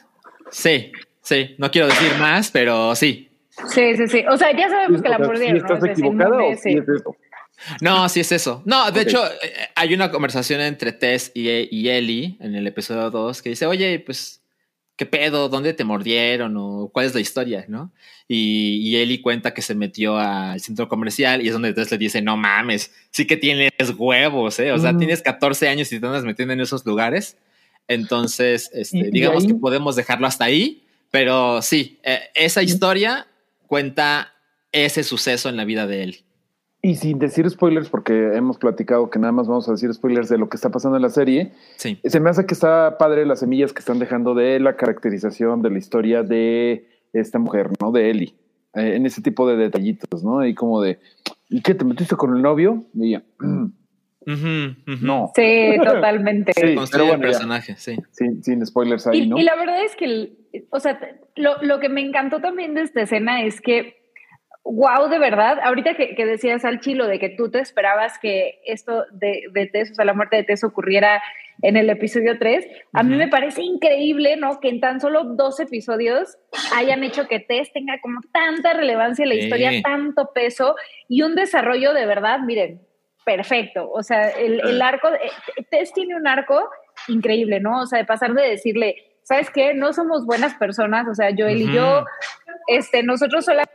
Sí, sí. No quiero decir más, pero sí. Sí, sí, sí. O sea, ya sabemos que la O sea, mordieron. ¿sí estás ¿no? O sea, sin equivocada o memes, sí sí. es eso? No, sí es eso. No, de Ok. hecho, eh, hay una conversación entre Tess y, y Ellie en el episodio dos que dice, oye, pues, ¿qué pedo? ¿Dónde te mordieron? ¿O cuál es la historia? ¿No? Y, y Ellie cuenta que se metió al centro comercial y es donde Tess le dice, no mames, sí que tienes huevos, ¿eh? O sea, Mm. tienes catorce años y te andas metiendo en esos lugares. Entonces, este, Y- y digamos ahí- que podemos dejarlo hasta ahí, pero sí, eh, esa historia cuenta ese suceso en la vida de él. Y sin decir spoilers, porque hemos platicado que nada más vamos a decir spoilers de lo que está pasando en la serie, Sí. se me hace que está padre las semillas que están dejando de la caracterización de la historia de esta mujer, ¿no? De Ellie, eh, en ese tipo de detallitos, ¿no? Y como de, ¿y qué? ¿Te metiste con el novio? Y ella, "Mm, Ujú, ujú. no. Sí, totalmente. Sí, Construye pero bueno, el ya. personaje, sí. Sin, sin spoilers ahí, Y, ¿no? y la verdad es que, el- o sea, lo, lo que me encantó también de esta escena es que, wow, de verdad, ahorita que, que decías al chilo de que tú te esperabas que esto de, de Tess, o sea, la muerte de Tess ocurriera en el episodio tres, a mí Ujú. me parece increíble, ¿no? Que en tan solo dos episodios hayan hecho que Tess tenga como tanta relevancia en la Sí. historia, tanto peso y un desarrollo de verdad, miren, perfecto. O sea, el, el arco, eh, Tess tiene un arco increíble, ¿no? O sea, de pasar de decirle, ¿sabes qué? No somos buenas personas, o sea, Joel y yo, Ujú. este, nosotros sola-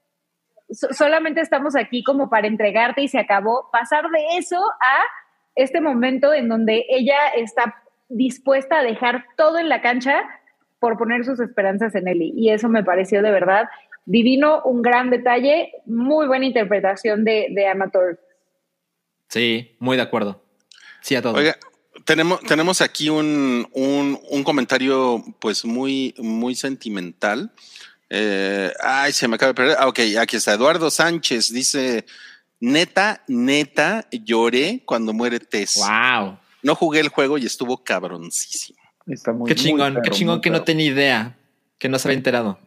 so- solamente estamos aquí como para entregarte y se acabó. Pasar de eso a este momento en donde ella está dispuesta a dejar todo en la cancha por poner sus esperanzas en Ellie. Y eso me pareció de verdad divino, un gran detalle, muy buena interpretación de, de Anna Torv. Sí, muy de acuerdo. Sí, a todo. Oiga, tenemos, tenemos aquí un, un, un comentario pues muy, muy sentimental. Eh, ay, se me acaba de perder. Ah, ok, aquí está. Eduardo Sánchez dice: neta, neta, lloré cuando muere Tess. Wow. No jugué el juego y estuvo cabroncísimo. Está muy, qué chingón, muy qué perro, chingón que perro. no tenía idea, que no se había enterado.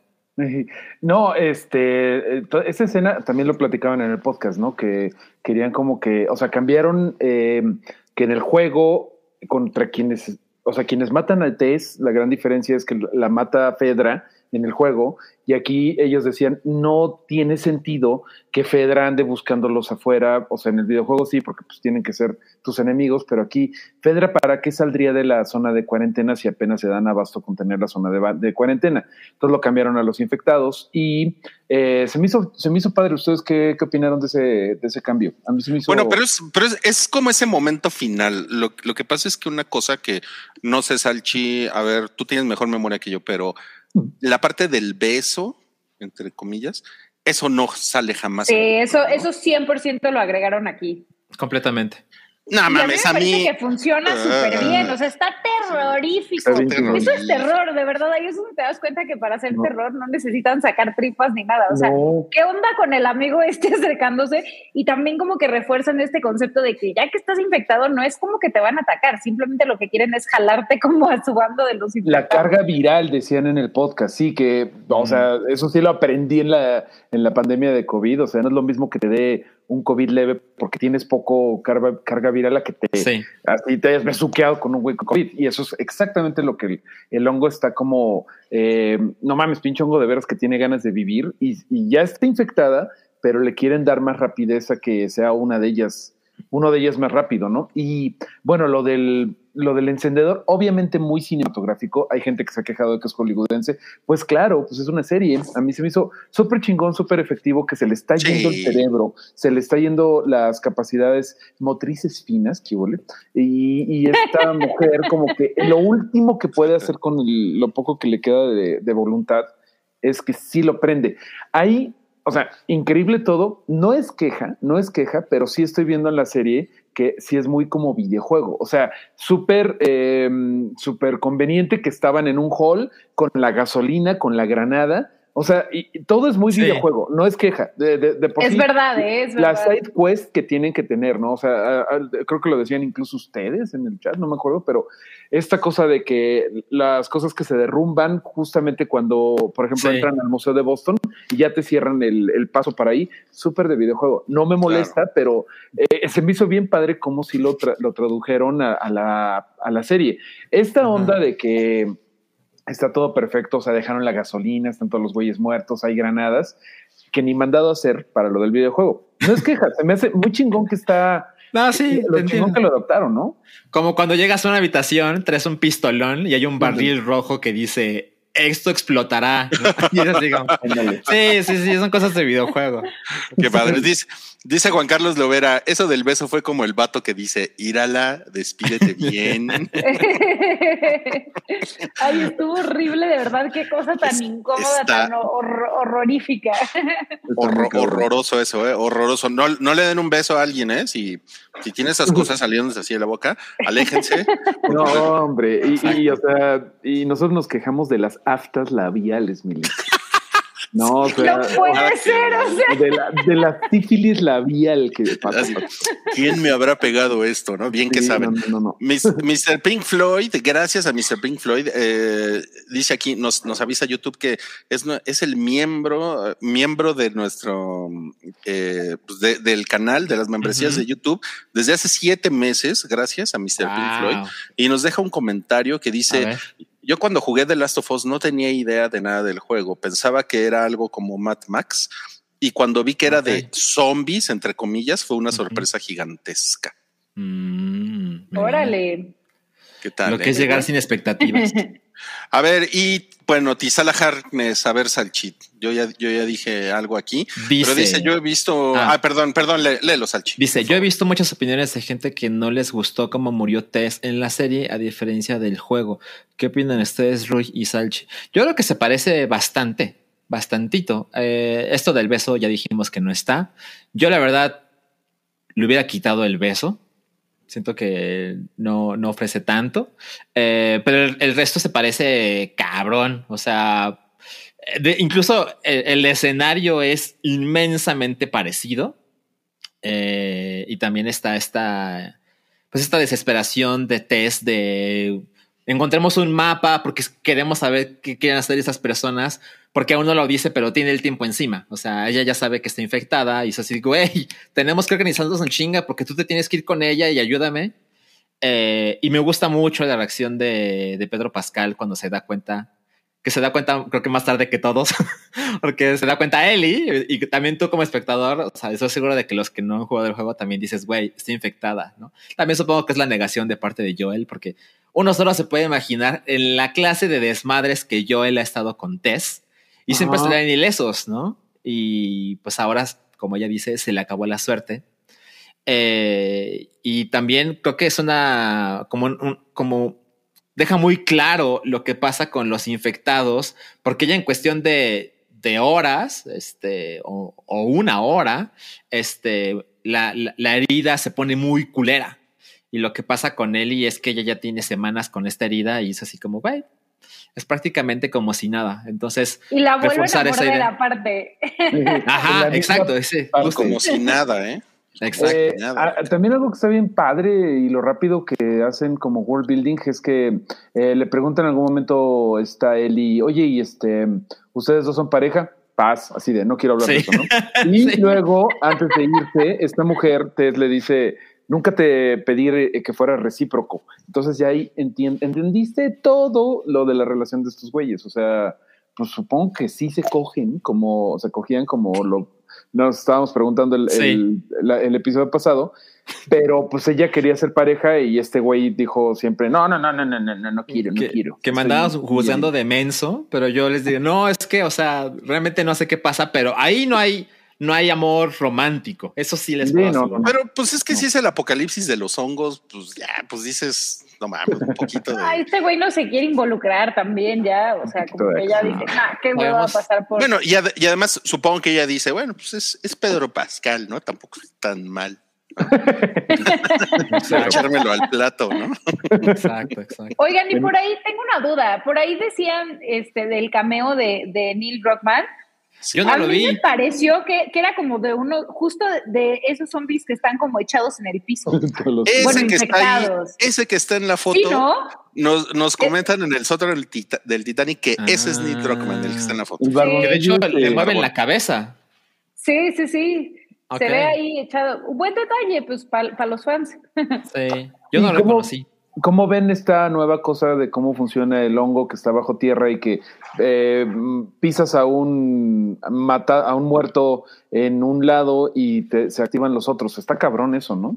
No, este, esa escena también lo platicaban en el podcast, ¿no? Que querían como que, o sea, cambiaron eh, que en el juego contra quienes, o sea, quienes matan a Tess, la gran diferencia es que la mata Fedra en el juego, y aquí ellos decían, no tiene sentido que Fedra ande buscándolos afuera, o sea, en el videojuego sí, porque pues tienen que ser tus enemigos, pero aquí, Fedra, ¿para qué saldría de la zona de cuarentena si apenas se dan abasto con tener la zona de, de cuarentena? Entonces lo cambiaron a los infectados, y eh, se me hizo, se me hizo padre. ¿Ustedes qué, qué opinaron de ese, de ese cambio? A mí se me hizo... Bueno, pero es, pero es, es como ese momento final. Lo, lo que pasa es que una cosa que no sé, Salchi, a ver, tú tienes mejor memoria que yo, pero la parte del beso, entre comillas, eso no sale jamás. Sí, eso, ¿no? Eso cien por ciento lo agregaron aquí. Completamente. No mames, a mí. Me a mí parece que funciona súper uh, bien, o sea, está terrorífico. Está eso es terror, de verdad. Ahí es donde te das cuenta que para hacer no. terror no necesitan sacar tripas ni nada. O sea, no. ¿Qué onda con el amigo este acercándose? Y también como que refuerzan este concepto de que ya que estás infectado, no es como que te van a atacar, simplemente lo que quieren es jalarte como a su bando de los infectados. La carga viral, decían en el podcast, sí, que, mm. o sea, eso sí lo aprendí en la, en la pandemia de COVID. O sea, no es lo mismo que te dé un COVID leve porque tienes poco carga, carga viral a que te, sí. así te hayas besuqueado con un güey con COVID. Y eso es exactamente lo que el, el hongo está como, eh, no mames, pinche hongo de veras que tiene ganas de vivir y, y ya está infectada, pero le quieren dar más rapidez a que sea una de ellas, uno de ellas más rápido, ¿no? Y bueno, lo del, lo del encendedor, obviamente muy cinematográfico. Hay gente que se ha quejado de que es hollywoodense. Pues claro, pues es una serie. A mí se me hizo súper chingón, súper efectivo, que se le está yendo sí. el cerebro, se le está yendo las capacidades motrices finas, ¿qué huele? Y, y esta mujer como que lo último que puede hacer con el, lo poco que le queda de, de voluntad es que sí lo prende. Ahí, o sea, increíble todo. No es queja, no es queja, pero sí estoy viendo en la serie que sí es muy como videojuego. O sea, súper eh, súper conveniente que estaban en un hall con la gasolina, con la granada. O sea, y, y todo es muy sí. videojuego, no es queja. De, de, de por es sí, verdad, ¿eh? Es la verdad. side quest que tienen que tener, ¿no? O sea, a, a, creo que lo decían incluso ustedes en el chat, no me acuerdo, pero esta cosa de que las cosas que se derrumban justamente cuando, por ejemplo, sí. entran al Museo de Boston y ya te cierran el, el paso para ahí, súper de videojuego. No me molesta, claro. pero eh, se me hizo bien padre cómo si lo, tra lo tradujeron a, a, la, a la serie. Esta uh-huh. onda de que está todo perfecto, o sea, dejaron la gasolina, están todos los güeyes muertos, hay granadas, que ni mandado a hacer para lo del videojuego. No es queja, se me hace muy chingón que está... No, sí, lo chingón que lo adaptaron, ¿no? Como cuando llegas a una habitación, traes un pistolón y hay un barril uh-huh. rojo que dice, esto explotará. Y eso digo, sí, sí, sí, son cosas de videojuego. Qué padre. Dice, dice Juan Carlos Lovera, eso del beso fue como el vato que dice, írala, despídete bien. Ay, estuvo horrible, de verdad, qué cosa tan es, incómoda, tan hor horrorífica. Horror, horroroso eso, eh, horroroso. No, no le den un beso a alguien, eh. Si, si tiene esas cosas saliéndose así de la boca, aléjense. No, hombre, y, y, o sea, y nosotros nos quejamos de las aftas labiales, Mili. No, o sea, no puede ser, o sea. De la, de la sífilis labial que pasa. ¿Quién me habrá pegado esto, no? Bien que sí, saben. No, no, no. mister Pink Floyd, gracias a mister Pink Floyd, eh, dice aquí, nos, nos avisa YouTube que es, es el miembro, miembro de nuestro, eh, pues de, del canal, de las membresías uh-huh. de YouTube, desde hace siete meses, gracias a mister Wow. Pink Floyd, y nos deja un comentario que dice... Yo cuando jugué The Last of Us no tenía idea de nada del juego. Pensaba que era algo como Mad Max. Y cuando vi que era okay. de zombies, entre comillas, fue una sorpresa uh-huh. gigantesca. Mm, Órale. ¿Qué tal? Lo que eh? es llegar sin expectativas. A ver, y bueno, Tisala Harkness, a ver, Salchit. Yo ya, yo ya dije algo aquí. Dice, pero dice, yo he visto. Ah, ah perdón, perdón, lé, léelo, Salchit. Dice, yo he visto muchas opiniones de gente que no les gustó cómo murió Tess en la serie, a diferencia del juego. ¿Qué opinan ustedes, Rui y Salchi? Yo creo que se parece bastante, bastantito. Eh, esto del beso ya dijimos que no está. Yo, la verdad, le hubiera quitado el beso. Siento que no, no ofrece tanto, eh, pero el, el resto se parece cabrón. O sea, de, incluso el, el escenario es inmensamente parecido. Eh, y también está esta, pues esta desesperación de Tess de encontremos un mapa porque queremos saber qué quieren hacer esas personas, porque aún no lo dice, pero tiene el tiempo encima. O sea, ella ya sabe que está infectada y es así, güey, tenemos que organizarnos en chinga porque tú te tienes que ir con ella y ayúdame. Eh, y me gusta mucho la reacción de, de Pedro Pascal cuando se da cuenta, que se da cuenta, creo que más tarde que todos, porque se da cuenta Ellie y, y también tú como espectador, o sea, estoy seguro de que los que no han jugado el juego también dices, güey, estoy infectada, ¿no? También supongo que es la negación de parte de Joel, porque uno solo se puede imaginar en la clase de desmadres que Joel ha estado con Tess y siempre estarían ilesos, ¿no? Y pues ahora, como ella dice, se le acabó la suerte. Eh, y también creo que es una, como, un, como deja muy claro lo que pasa con los infectados, porque ella en cuestión de, de horas, este, o, o una hora, este, la, la, la herida se pone muy culera. Y lo que pasa con Ellie es que ella ya tiene semanas con esta herida y es así como, güey, es prácticamente como si nada. Entonces, y la vuelven a morder aparte. Ajá, exacto. Ese, como si nada, ¿eh? Exacto. Eh, a, también algo que está bien padre y lo rápido que hacen como world building es que eh, le preguntan en algún momento está Ellie, oye, y este, ¿ustedes dos son pareja? Paz, así de, no quiero hablar sí. de eso, ¿no? Y sí. luego, antes de irse, esta mujer, Tess, le dice, nunca te pedí que fuera recíproco. Entonces ya ahí enti- entendiste todo lo de la relación de estos güeyes. O sea, pues supongo que sí se cogen, como se cogían como lo... Nos estábamos preguntando el, sí. el, la, el episodio pasado, pero pues ella quería ser pareja y este güey dijo siempre, no, no, no, no, no, no, no, no quiero, que, no quiero. Que me andabas juzgando de menso, pero yo les digo, no, es que, o sea, realmente no sé qué pasa, pero ahí no hay... No hay amor romántico. Eso sí les puedo sí, no, no. Pero pues es que no. si es el apocalipsis de los hongos, pues ya, pues dices, no mames, un poquito de... Ay, este güey no se quiere involucrar también ya, o sea, como que ella dice, ah, qué güey va a pasar por... Bueno, y, ad- y además supongo que ella dice, bueno, pues es, es Pedro Pascal, ¿no? Tampoco es tan mal. Echármelo al plato, ¿no? Exacto, exacto. Oigan, y por ahí tengo una duda. Por ahí decían este del cameo de, de Neil Druckmann. Yo no a lo mí vi. me pareció que, que era como de uno, justo de esos zombies que están como echados en el piso. ese, bueno, que está ahí, ese que está en la foto, ¿sí, no? nos, nos comentan en el sótano del, tita, del Titanic que ah, ese es Neil Druckmann, el que está en la foto. Sí. Que de hecho le mueven la cabeza. Sí, sí, sí. Okay. Se ve ahí echado. Un buen detalle, pues, para pa los fans. Sí, yo no lo conocí. ¿Cómo ven esta nueva cosa de cómo funciona el hongo que está bajo tierra y que eh, pisas a un mata a un muerto en un lado y te, se activan los otros? Está cabrón eso, ¿no?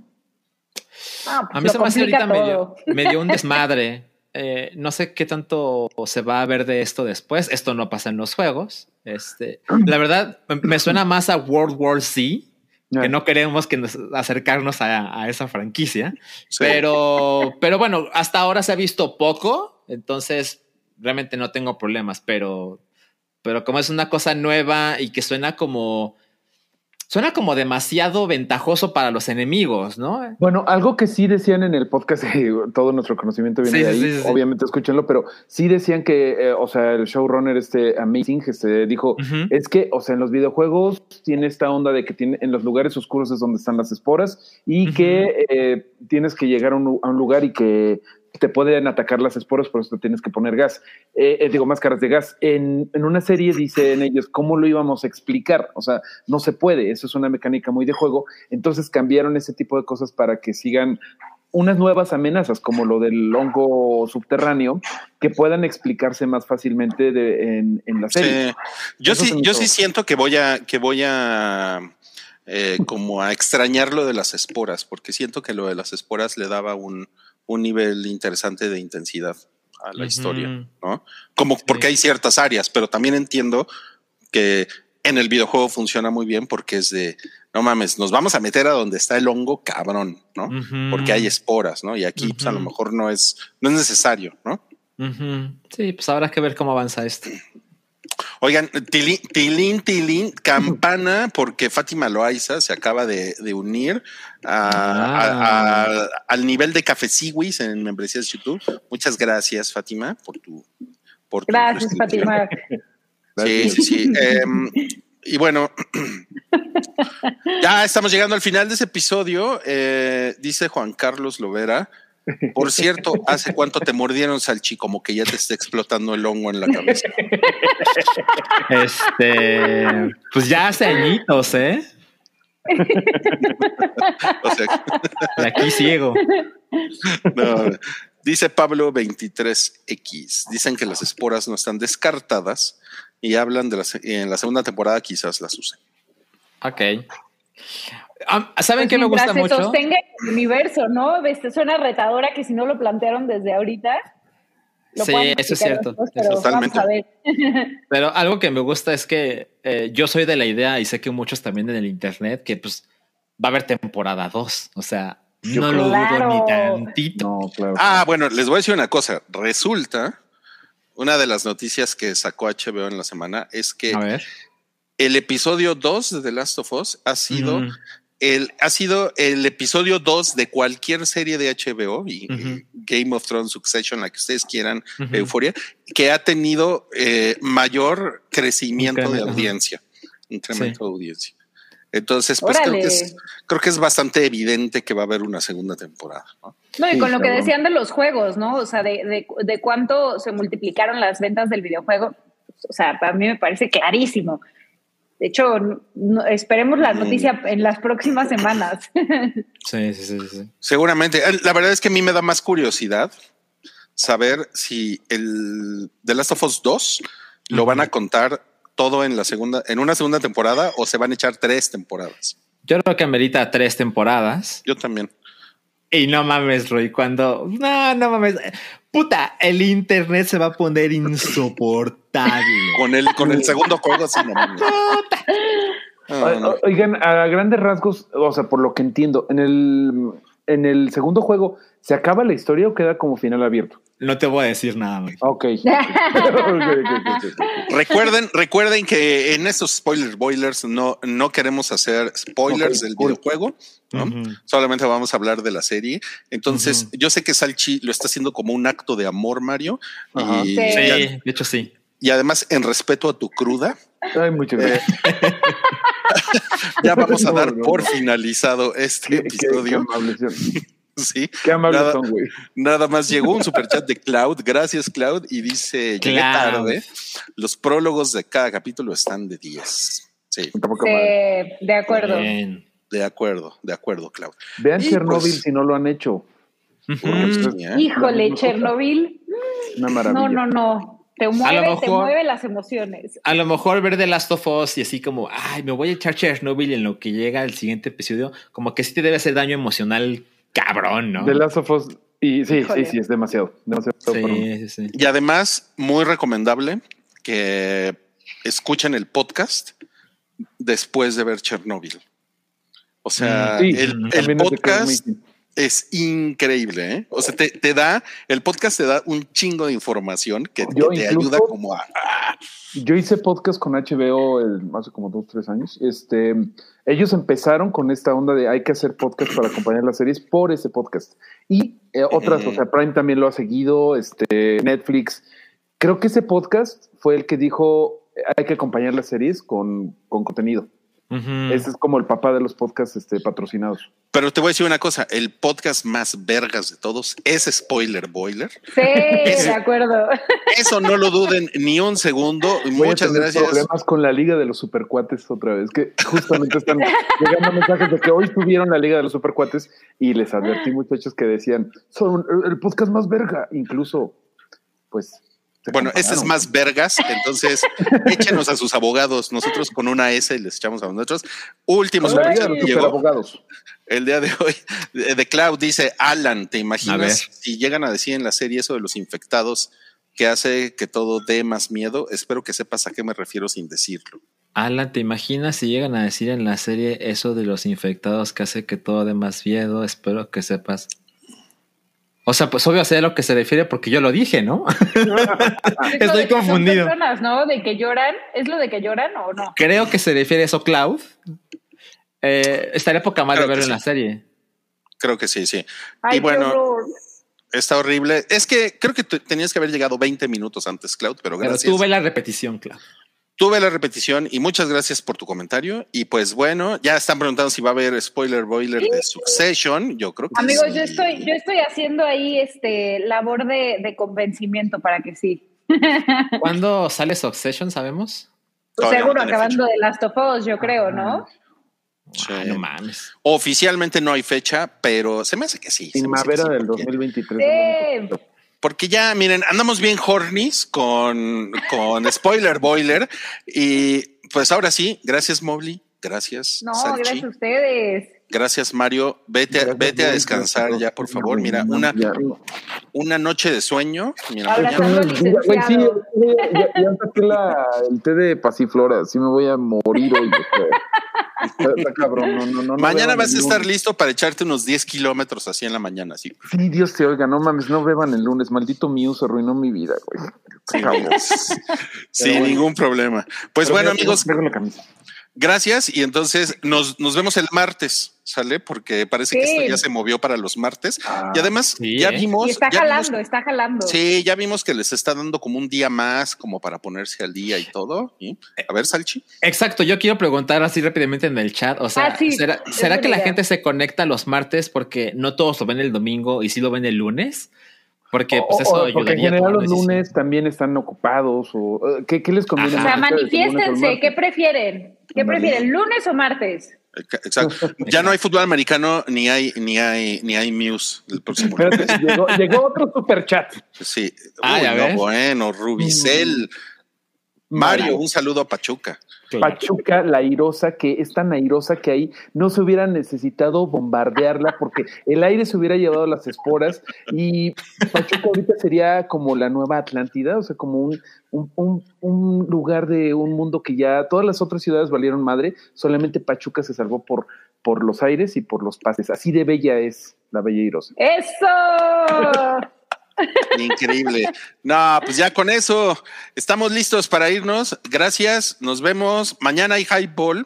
Ah, pues a mí se me hace ahorita todo. medio, medio un desmadre. Eh, no sé qué tanto se va a ver de esto después. Esto no pasa en los juegos. Este, la verdad, me suena más a World War Z. Que no queremos que nos acercarnos a, a esa franquicia, sí. pero, pero bueno, hasta ahora se ha visto poco, entonces realmente no tengo problemas, pero, pero como es una cosa nueva y que suena como, suena como demasiado ventajoso para los enemigos, ¿no? Bueno, algo que sí decían en el podcast, todo nuestro conocimiento viene sí, de ahí, sí, sí, obviamente sí. escúchenlo, pero sí decían que, eh, o sea, el showrunner este Amazing este, dijo, uh-huh. es que, o sea, en los videojuegos tiene esta onda de que tiene, en los lugares oscuros es donde están las esporas y uh-huh. que eh, tienes que llegar a un, a un lugar y que te pueden atacar las esporas, por eso te tienes que poner gas, eh, eh, digo, máscaras de gas. En, en una serie dicen ellos, ¿cómo lo íbamos a explicar? O sea, no se puede, eso es una mecánica muy de juego, entonces cambiaron ese tipo de cosas para que sigan unas nuevas amenazas, como lo del hongo subterráneo, que puedan explicarse más fácilmente de, en, en la serie. Sí. Yo eso sí, yo sí siento que voy a, que voy a eh, como a extrañar lo de las esporas, porque siento que lo de las esporas le daba un un nivel interesante de intensidad a la uh-huh. historia, ¿no? Como sí. Porque hay ciertas áreas, pero también entiendo que en el videojuego funciona muy bien porque es de, no mames, nos vamos a meter a donde está el hongo cabrón, ¿no? Uh-huh. Porque hay esporas, ¿no? Y aquí uh-huh. pues a lo mejor no es, no es necesario, ¿no? Uh-huh. Sí, pues habrá que ver cómo avanza esto. Oigan, tilín, tilín, tilín, campana, porque Fátima Loaiza se acaba de, de unir a, ah. a, a, al nivel de Cafeciwis en membresías de YouTube. Muchas gracias, Fátima, por tu... Por gracias, tu Fátima. Sí, sí, sí. Eh, y bueno, ya estamos llegando al final de ese episodio. Eh, dice Juan Carlos Lovera. Por cierto, ¿hace cuánto te mordieron, Salchi? Como que ya te está explotando el hongo en la cabeza. Este, pues ya hace añitos, ¿eh? O sea, de aquí ciego. No, dice Pablo veintitrés equis. Dicen que las esporas no están descartadas y hablan de las, en la segunda temporada quizás las usen. Ok. Um, ¿Saben pues qué me gusta se mucho? Sostenga el universo, ¿no? Este, suena retadora que si no lo plantearon desde ahorita. Lo sí, eso es cierto. Después, pero totalmente. Vamos a ver. Pero algo que me gusta es que eh, yo soy de la idea, y sé que muchos también en el internet, que pues va a haber temporada dos. O sea, yo no lo claro. dudo ni tantito. No, claro. Ah, bueno, les voy a decir una cosa. Resulta, una de las noticias que sacó H B O en la semana es que a ver. el episodio dos de The Last of Us ha sido... Mm. El, ha sido el episodio dos de cualquier serie de H B O y, uh-huh. y Game of Thrones, Succession, la que ustedes quieran, uh-huh. Euphoria, que ha tenido eh, mayor crecimiento Incremento. de audiencia, uh-huh. incremento sí. de audiencia. Entonces, pues creo que, es, creo que es bastante evidente que va a haber una segunda temporada, ¿no? No, y sí, con lo que cabrón. decían de los juegos, ¿no? O sea, de, de, de cuánto se multiplicaron las ventas del videojuego. O sea, para mí me parece clarísimo. De hecho, no, esperemos la noticia en las próximas semanas. Sí, sí, sí, sí. Seguramente. La verdad es que a mí me da más curiosidad saber si el The Last of Us dos uh-huh. lo van a contar todo en la segunda, en una segunda temporada o se van a echar tres temporadas. Yo creo que amerita tres temporadas. Yo también. Y no mames, Roy, cuando... No, no mames. Puta, el internet se va a poner insoportable. con, el, con el segundo juego, sí, no mames. O, no. Oigan, a grandes rasgos, o sea, por lo que entiendo, en el, en el segundo juego, ¿se acaba la historia o queda como final abierto? No te voy a decir nada, man. Ok. okay, okay, okay. Recuerden, recuerden que en estos spoiler boilers no, no queremos hacer spoilers okay, del cool. videojuego, ¿no? Uh-huh. Solamente vamos a hablar de la serie. Entonces, uh-huh. yo sé que Salchi lo está haciendo como un acto de amor, Mario. Uh-huh. Y, sí, ya, de hecho sí. Y además, en respeto a tu cruda. Ay, muchas gracias. Eh, ya vamos a dar no, no, por no. finalizado este ¿Qué, episodio. Qué, qué Sí, qué amables nada, son, güey. Nada más llegó un superchat de Cloud. Gracias, Cloud. Y dice: llegué tarde. Los prólogos de cada capítulo están de diez. Sí, sí de acuerdo. Bien. De acuerdo, de acuerdo, Cloud. Vean y Chernobyl pues, si no lo han hecho. Uh-huh. Pues, ¿eh? Híjole, Chernobyl. Una maravilla. No, no, no. Te mueve, mejor, te mueve las emociones. A lo mejor ver The Last of Us y así como, ay, me voy a echar Chernobyl en lo que llega el siguiente episodio, como que sí te debe hacer daño emocional cabrón, ¿no? The Last of Us, y sí, Híjole. sí, sí, es demasiado. demasiado sí, sí, sí. Y además, muy recomendable que escuchen el podcast después de ver Chernobyl. O sea, sí, el, el podcast es increíble, ¿eh? O sea, te, te da, el podcast te da un chingo de información que, que te ayuda como a... Yo hice podcast con H B O el, hace como dos, tres años. Este, ellos empezaron con esta onda de hay que hacer podcast para acompañar las series por ese podcast. Y eh, otras, mm. o sea, Prime también lo ha seguido, este, Netflix. Creo que ese podcast fue el que dijo hay que acompañar las series con, con contenido. Uh-huh. Ese es como el papá de los podcasts este, patrocinados. Pero te voy a decir una cosa, el podcast más vergas de todos es Spoiler Boiler. Sí, Ese, de acuerdo. Eso no lo duden ni un segundo. Voy Muchas a tener gracias. Problemas con la Liga de los Supercuates otra vez, que justamente están llegando mensajes de que hoy tuvieron la Liga de los Supercuates y les advertí, muchachos, que decían, son el podcast más verga. Incluso, pues, Bueno, este es más vergas, entonces échenos a sus abogados. Nosotros con una S les echamos a nosotros. Último superchat llegó abogados. el día de hoy. De, de Cloud dice, Alan, ¿te imaginas si llegan a decir en la serie eso de los infectados que hace que todo dé más miedo? Espero que sepas a qué me refiero sin decirlo. Alan, ¿te imaginas si llegan a decir en la serie eso de los infectados que hace que todo dé más miedo? Espero que sepas. O sea, pues obvio sé a lo que se refiere porque yo lo dije, ¿no? Estoy confundido. Son personas, ¿no? De que lloran. ¿Es lo de que lloran o no? Creo que se refiere a eso, Cloud. Eh, estaría poca madre verlo en la serie. Creo que sí, sí. Ay, y bueno, qué horror. Está horrible. Es que creo que tenías que haber llegado veinte minutos antes, Cloud, pero gracias. Pero tuve la repetición, Cloud. Tuve la repetición y muchas gracias por tu comentario. Y pues bueno, ya están preguntando si va a haber spoiler boiler de Succession. Yo creo que Amigos, sí. yo estoy, yo estoy haciendo ahí este labor de, de convencimiento para que sí. ¿Cuándo sale Succession, sabemos? Pues Todavía seguro no tiene acabando fecha. de Last of Us, yo creo, ¿no? Sí. Ay, no mames. Oficialmente no hay fecha, pero se me hace que sí. se me hace que Primavera sí, del porque- dos mil veintitrés. Sí. Porque ya, miren, andamos bien hornies con, con Spoiler Boiler. Y pues ahora sí, gracias Mobley, gracias No, Salchi, gracias a ustedes. gracias Mario. Vete, a- Gracias, vete a Mobley, descansar gracias a ya, todos. por favor. Mira, No, una, ya. una noche de sueño. Mira, Ahora mañana- Solo Güey, sí, licenciado. ya, ya, ya saqué la, el té de pasiflora, así me voy a morir hoy. Está, está cabrón, no, no, no. no mañana beban vas a el estar lunes. listo para echarte unos diez kilómetros así en la mañana, así. Sí, Dios te oiga, no mames, no beban el lunes, maldito Muse arruinó mi vida, güey. Sí, Cabrón. sin bueno. ningún problema. Pues Pero bueno, ya, amigos, traigo la camisa. gracias. Y entonces nos, nos vemos el martes, ¿sale? Porque parece que Sí. esto ya se movió para los martes. Ah, y además, sí, ya ¿eh? vimos. Y está ya vimos- jalando, está jalando. Sí, ya vimos que les está dando como un día más, como para ponerse al día y todo. ¿Sí? A ver, Salchi. Exacto, yo quiero preguntar así rápidamente en el chat. O sea, Ah, sí, ¿será, es ¿será que buena la idea. gente se conecta los martes porque no todos lo ven el domingo y sí lo ven el lunes? Porque pues O- eso o- porque en ayudaría a general tomar los decisión. lunes también están ocupados. O, eh, ¿qué, ¿Qué les conviene? Ajá. O sea, más a ustedes, el lunes o el manifiéstense, ¿qué martes? prefieren? ¿Qué Ándale. prefieren, lunes o martes? Exacto. Ya no hay fútbol americano, ni hay, ni hay, ni hay Muse el próximo Espérate, lunes. llegó, llegó otro superchat. Sí. Ah, Uy, ya no, ves. bueno, Rubicel. Mario, un saludo a Pachuca. Claro. Pachuca, la airosa, que es tan airosa que ahí no se hubiera necesitado bombardearla porque el aire se hubiera llevado las esporas y Pachuca ahorita sería como la nueva Atlántida, o sea, como un, un, un, un lugar de un mundo que ya todas las otras ciudades valieron madre, solamente Pachuca se salvó por, por los aires y por los pases. Así de bella es la bella airosa. ¡Eso! Increíble. No, pues ya con eso estamos listos para irnos. Gracias. Nos vemos. Mañana hay Hype Ball.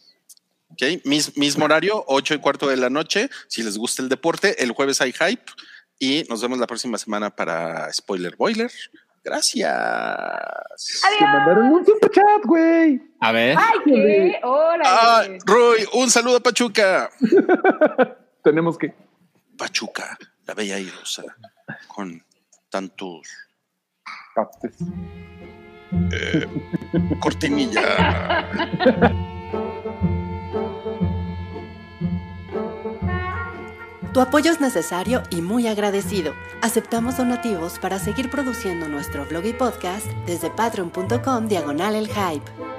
Okay. Mis, mismo horario, ocho y cuarto de la noche. Si les gusta el deporte, el jueves hay Hype. Y nos vemos la próxima semana para Spoiler Boiler. Gracias. Te mandaron un superchat, güey. A ver. ¡Ay, qué! ¡Órale! Ah, Roy, un saludo a Pachuca. Tenemos que... Pachuca, la bella airosa, con tantos Pates. cortinilla. Tu apoyo es necesario y muy agradecido. Aceptamos donativos para seguir produciendo nuestro blog y podcast desde patreon punto com diagonal el hype.